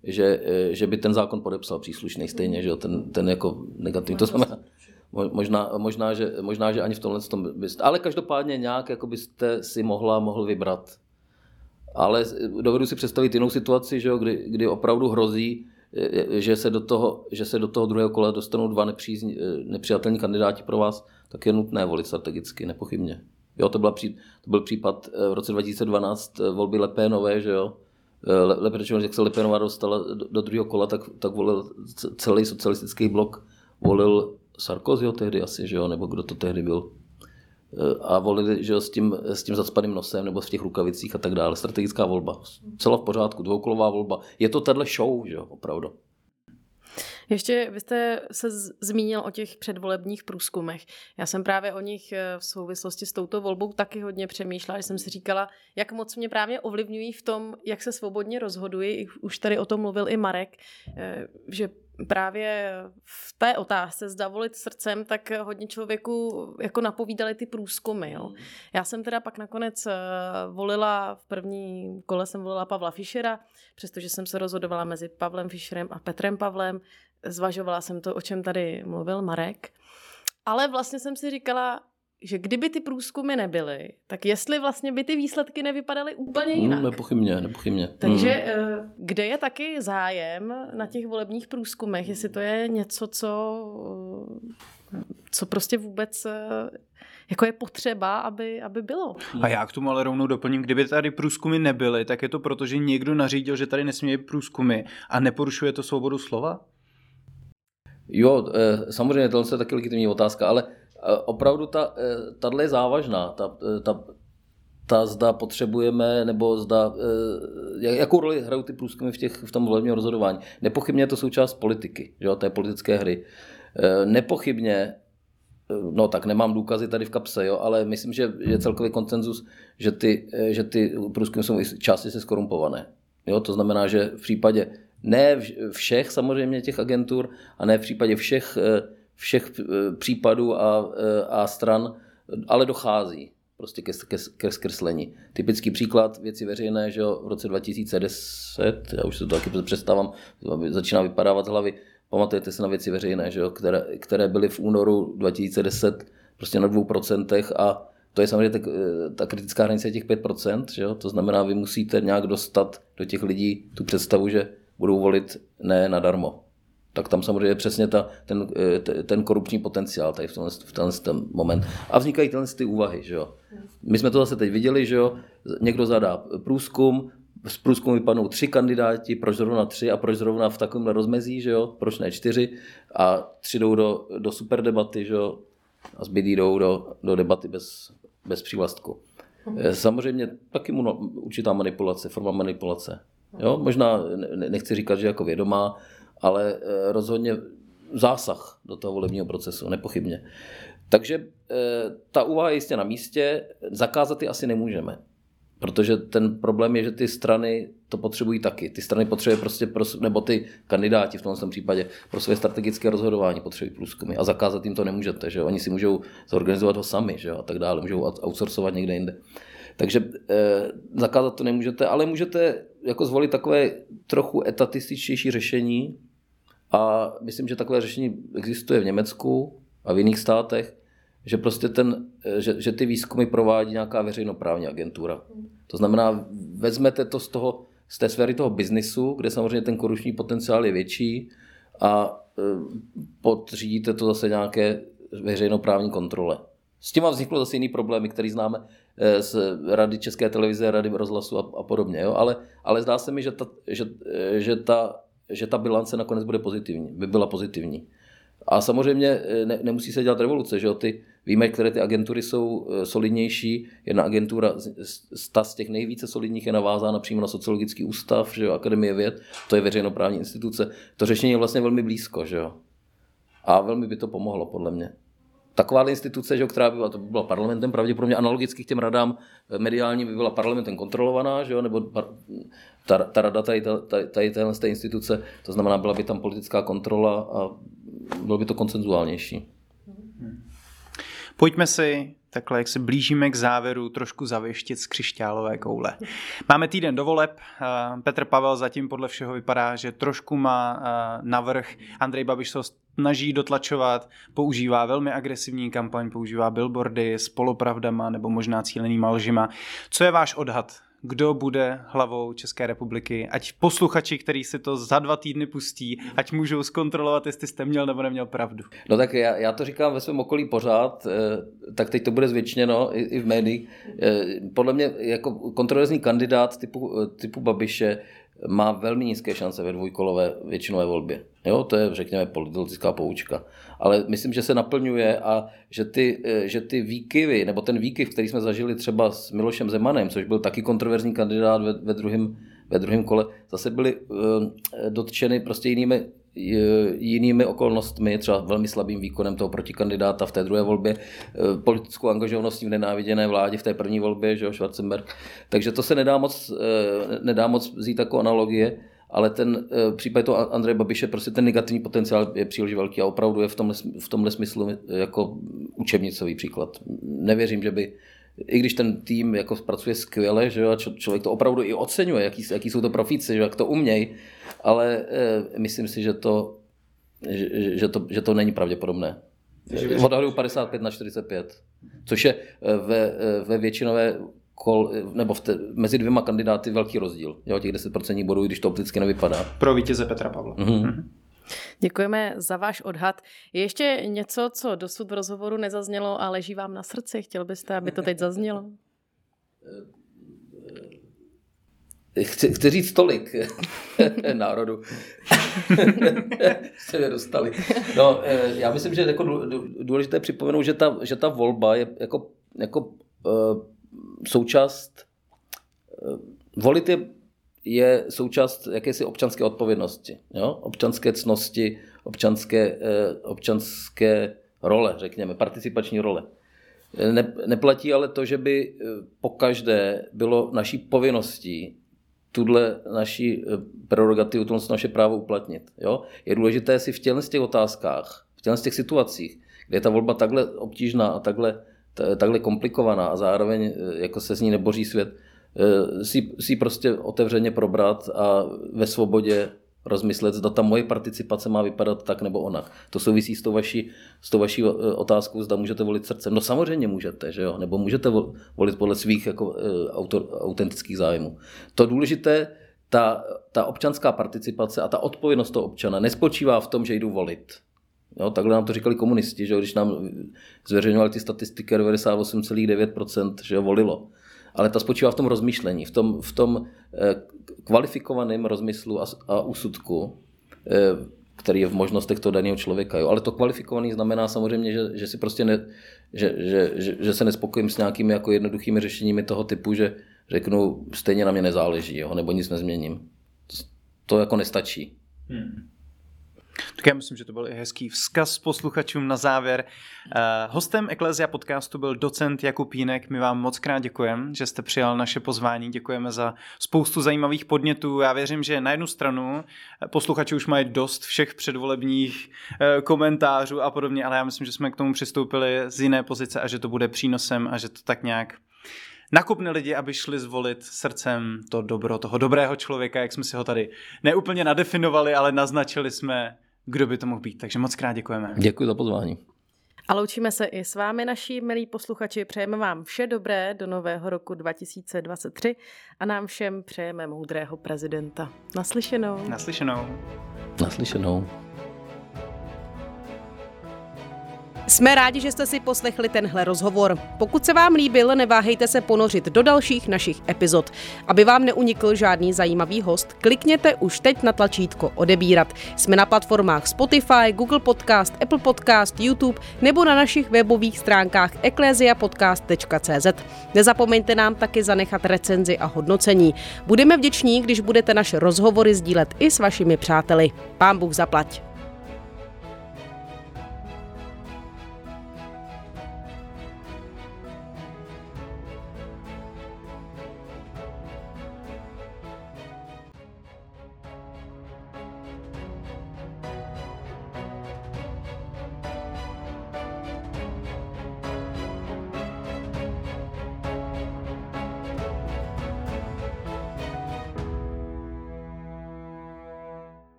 že, že by ten zákon podepsal příslušný stejně, že jo, ten, ten jako negativní. To znamená, možná, možná, že, možná, že ani v tomhle tom byste, ale každopádně nějak jako byste si mohla, mohl vybrat. Ale dovedu si představit jinou situaci, že jo, kdy, kdy opravdu hrozí, že se do toho, že se do toho druhého kola dostanou dva nepřízni, nepřijatelní kandidáti pro vás, tak je nutné volit strategicky, nepochybně. Jo, to, byla pří, to byl případ v roce dva tisíce dvanáct volby Le Penové, že jo. Le, Le Pen, jak se Le Penová dostala do, do druhého kola, tak, tak volil celý socialistický blok, volil Sarkozyho tehdy asi, že jo, nebo kdo to tehdy byl. A volili, že jo, s tím, s tím zacpaným nosem nebo v těch rukavicích a tak dále. Strategická volba. Celá v pořádku, dvoukolová volba. Je to tahle show, že jo, opravdu. Ještě vy jste se z- zmínil o těch předvolebních průzkumech. Já jsem právě o nich v souvislosti s touto volbou taky hodně přemýšlela, že jsem si říkala, jak moc mě právě ovlivňují v tom, jak se svobodně rozhoduji. Už tady o tom mluvil i Marek, že právě v té otázce zda volit srdcem, tak hodně člověku jako napovídali ty průzkumy. Jo. Já jsem teda pak nakonec volila, v první kole jsem volila Pavla Fischera, přestože jsem se rozhodovala mezi Pavlem Fischerem a Petrem Pavlem. Zvažovala jsem to, o čem tady mluvil Marek. Ale vlastně jsem si říkala, že kdyby ty průzkumy nebyly, tak jestli vlastně by ty výsledky nevypadaly úplně jinak. Hmm, nepochybně, nepochybně. Takže hmm. kde je taky zájem na těch volebních průzkumech, jestli to je něco, co, co prostě vůbec jako je potřeba, aby, aby bylo. A já k tomu ale rovnou doplním, kdyby tady průzkumy nebyly, tak je to proto, že někdo nařídil, že tady nesmí být průzkumy a neporušuje to svobodu slova? Jo, samozřejmě tohle je taky legitimní otázka, ale opravdu ta, tato je závažná, ta, ta, ta zda potřebujeme, nebo zda, jakou roli hrajou ty průzkumy v, těch, v tom volebním rozhodování. Nepochybně je to součást politiky, že jo, té politické hry. Nepochybně, no tak nemám důkazy tady v kapse, jo, ale myslím, že je celkový konsenzus, že ty, že ty průzkumy jsou části se skorumpované. Jo, to znamená, že v případě ne všech samozřejmě těch agentur a ne v případě všech všech případů a, a stran, ale dochází prostě ke, ke, ke zkreslení. Typický příklad Věci veřejné, že v roce dva tisíce deset, já už se to taky představám, začíná vypadávat z hlavy, pamatujete se na Věci veřejné, že které, které byly v únoru dva tisíce deset prostě na dvou procentech a to je samozřejmě ta, ta kritická hranice těch pět procent, že to znamená, vy musíte nějak dostat do těch lidí tu představu, že budou volit ne nadarmo. Tak tam samozřejmě je přesně ta, ten, ten korupční potenciál tady v tenhle, v tenhle ten moment. A vznikají tyhle ty úvahy. Že jo. My jsme to zase teď viděli, že jo. Někdo zadá průzkum, z průzkumu vypadnou tři kandidáti, proč zrovna tři a proč zrovna v takovémhle rozmezí, že jo. Proč ne čtyři a tři jdou do, do super debaty, že jo. A zbydí jdou do, do debaty bez, bez přívlastku. Samozřejmě taky mu určitá manipulace, forma manipulace. Jo. Možná nechci říkat, že jako vědomá, ale rozhodně zásah do toho volebního procesu, nepochybně. Takže ta úvaha je jistě na místě, zakázat ji asi nemůžeme, protože ten problém je, že ty strany to potřebují taky. Ty strany potřebují prostě, pro, nebo ty kandidáti v tomto případě pro své strategické rozhodování potřebují průzkumy a zakázat jim to nemůžete, že oni si můžou zorganizovat ho sami, že a tak dále, můžou outsourcovat někde jinde. Takže eh, zakázat to nemůžete, ale můžete jako zvolit takové trochu etatističtější řešení a myslím, že takové řešení existuje v Německu a v jiných státech, že prostě ten, že, že ty výzkumy provádí nějaká veřejnoprávní agentura. To znamená, vezmete to z toho, z té sféry toho biznisu, kde samozřejmě ten korupční potenciál je větší a eh, podřídíte to zase nějaké veřejnoprávní kontrole. S tím vzniklo zase jiný problémy, který známe z Rady České televize, Rady rozhlasu a, a podobně. Jo? Ale, ale zdá se mi, že ta, že, že, ta, že ta bilance nakonec bude pozitivní, by byla pozitivní. A samozřejmě ne, nemusí se dělat revoluce. Že jo? Ty, víme, které ty agentury jsou solidnější. Jedna agentura z, z těch nejvíce solidních je navázána přímo na Sociologický ústav, že jo? Akademie věd, to je veřejnoprávní instituce. To řešení je vlastně velmi blízko. Že jo? A velmi by to pomohlo, podle mě. Taková instituce, že, která by byla, to by byla parlamentem, pravděpodobně analogicky k těm radám mediálním by byla parlamentem kontrolovaná, že, nebo ta, ta rada tady, tady, tady téhle té instituce, to znamená, byla by tam politická kontrola a bylo by to konsenzuálnější. Pojďme si takhle, jak se blížíme k závěru, trošku zavěštit z křišťálové koule. Máme týden do voleb. Petr Pavel zatím podle všeho vypadá, že trošku má navrch. Andrej Babiš se snaží dotlačovat, používá velmi agresivní kampaň, používá billboardy s polopravdama nebo možná cílenýma lžima. Co je váš odhad? Kdo bude hlavou České republiky? Ať posluchači, kteří si to za dva týdny pustí, ať můžou zkontrolovat, jestli jste měl nebo neměl pravdu. No tak já, já to říkám ve svém okolí pořád, tak teď to bude zvětšněno i, i v médiích. Podle mě jako kontroverzní kandidát typu, typu Babiše má velmi nízké šance ve dvojkolové většinové volbě. Jo, to je, řekněme, politická poučka. Ale myslím, že se naplňuje a že ty, že ty výkyvy, nebo ten výkyv, který jsme zažili třeba s Milošem Zemanem, což byl taky kontroverzní kandidát ve, ve, druhém, ve druhém kole, zase byly uh, dotčeny prostě jinými, jinými okolnostmi, třeba velmi slabým výkonem toho protikandidáta v té druhé volbě, politickou angažovaností v nenáviděné vládě v té první volbě, že jo, Schwarzenberg. Takže to se nedá moc, nedá moc vzít jako analogie, ale ten případ toho Andreje Babiše, prostě ten negativní potenciál je příliš velký a opravdu je v tomhle, v tomhle smyslu jako učebnicový příklad. Nevěřím, že by, i když ten tým jako pracuje skvěle, že jo, a člověk to opravdu i oceňuje, jaký, jaký jsou to profíci, že jo, jak to umějí, ale e, myslím si, že to, že, že, to, že to není pravděpodobné. Odhaduju padesát pět na čtyřicet pět, což je ve, ve většinové kol, nebo v te, mezi dvěma kandidáty velký rozdíl. Jo, těch deset procent bodů, když to opticky nevypadá. Pro vítěze Petra Pavla. Mm-hmm. Mm-hmm. Děkujeme za váš odhad. Je ještě něco, co dosud v rozhovoru nezaznělo a leží vám na srdci? Chtěl byste, aby to teď zaznělo? Chci, chci říct tolik národu. Jste mě dostali. No, já myslím, že jako důležité připomenout, že ta, že ta volba je jako, jako uh, součást, uh, volit je, je součást jakési občanské odpovědnosti, jo? Občanské ctnosti, občanské, uh, občanské role, řekněme, participační role. Ne, neplatí ale to, že by pokaždé bylo naší povinností tuhle naši prerogativu, tuhle naše právo uplatnit. Jo? Je důležité si v těchto těch otázkách, v těchto těch situacích, kde je ta volba takhle obtížná a takhle, takhle komplikovaná a zároveň jako se z ní neboří svět, si, si prostě otevřeně probrat a ve svobodě rozmyslet, zda ta moje participace má vypadat tak nebo onak. To souvisí s tou vaší, s tou vaší otázkou, zda můžete volit srdcem. No samozřejmě můžete, že jo? Nebo můžete volit podle svých jako, autor, autentických zájmů. To důležité, ta, ta občanská participace a ta odpovědnost toho občana nespočívá v tom, že jdu volit. Jo? Takhle nám to říkali komunisti, že jo? Když nám zveřejňovali ty statistiky, devadesát osm celá devět procent že jo, volilo. Ale ta spočívá v tom rozmýšlení, v tom, v tom kvalifikovaném rozmyslu a, a úsudku, který je v možnostech toho daného člověka. Jo. Ale to kvalifikovaný znamená samozřejmě, že, že, si prostě ne, že, že, že, že se nespokojím s nějakými jako jednoduchými řešeními toho typu, že řeknu, stejně na mě nezáleží, jo, nebo nic nezměním. To, to jako nestačí. Hmm. Tak já myslím, že to byl i hezký vzkaz posluchačům na závěr. Uh, hostem Eklézia podcastu byl docent Jakub Jínek. My vám moc krát děkujeme, že jste přijal naše pozvání. Děkujeme za spoustu zajímavých podnětů. Já věřím, že na jednu stranu posluchači už mají dost všech předvolebních uh, komentářů a podobně, ale já myslím, že jsme k tomu přistoupili z jiné pozice a že to bude přínosem a že to tak nějak nakupne lidi, aby šli zvolit srdcem to dobro, toho dobrého člověka, jak jsme si ho tady neúplně nadefinovali, ale naznačili jsme, kdo by to mohl být. Takže moc krát děkujeme. Děkuji za pozvání. A loučíme se i s vámi, naši milí posluchači. Přejeme vám vše dobré do nového roku dva tisíce dvacet tři a nám všem přejeme moudrého prezidenta. Naslyšenou. Naslyšenou. Naslyšenou. Jsme rádi, že jste si poslechli tenhle rozhovor. Pokud se vám líbil, neváhejte se ponořit do dalších našich epizod. Aby vám neunikl žádný zajímavý host, klikněte už teď na tlačítko odebírat. Jsme na platformách Spotify, Google Podcast, Apple Podcast, YouTube nebo na našich webových stránkách eklézia podcast tečka cé zet. Nezapomeňte nám taky zanechat recenzi a hodnocení. Budeme vděční, když budete naše rozhovory sdílet i s vašimi přáteli. Pán Bůh zaplať.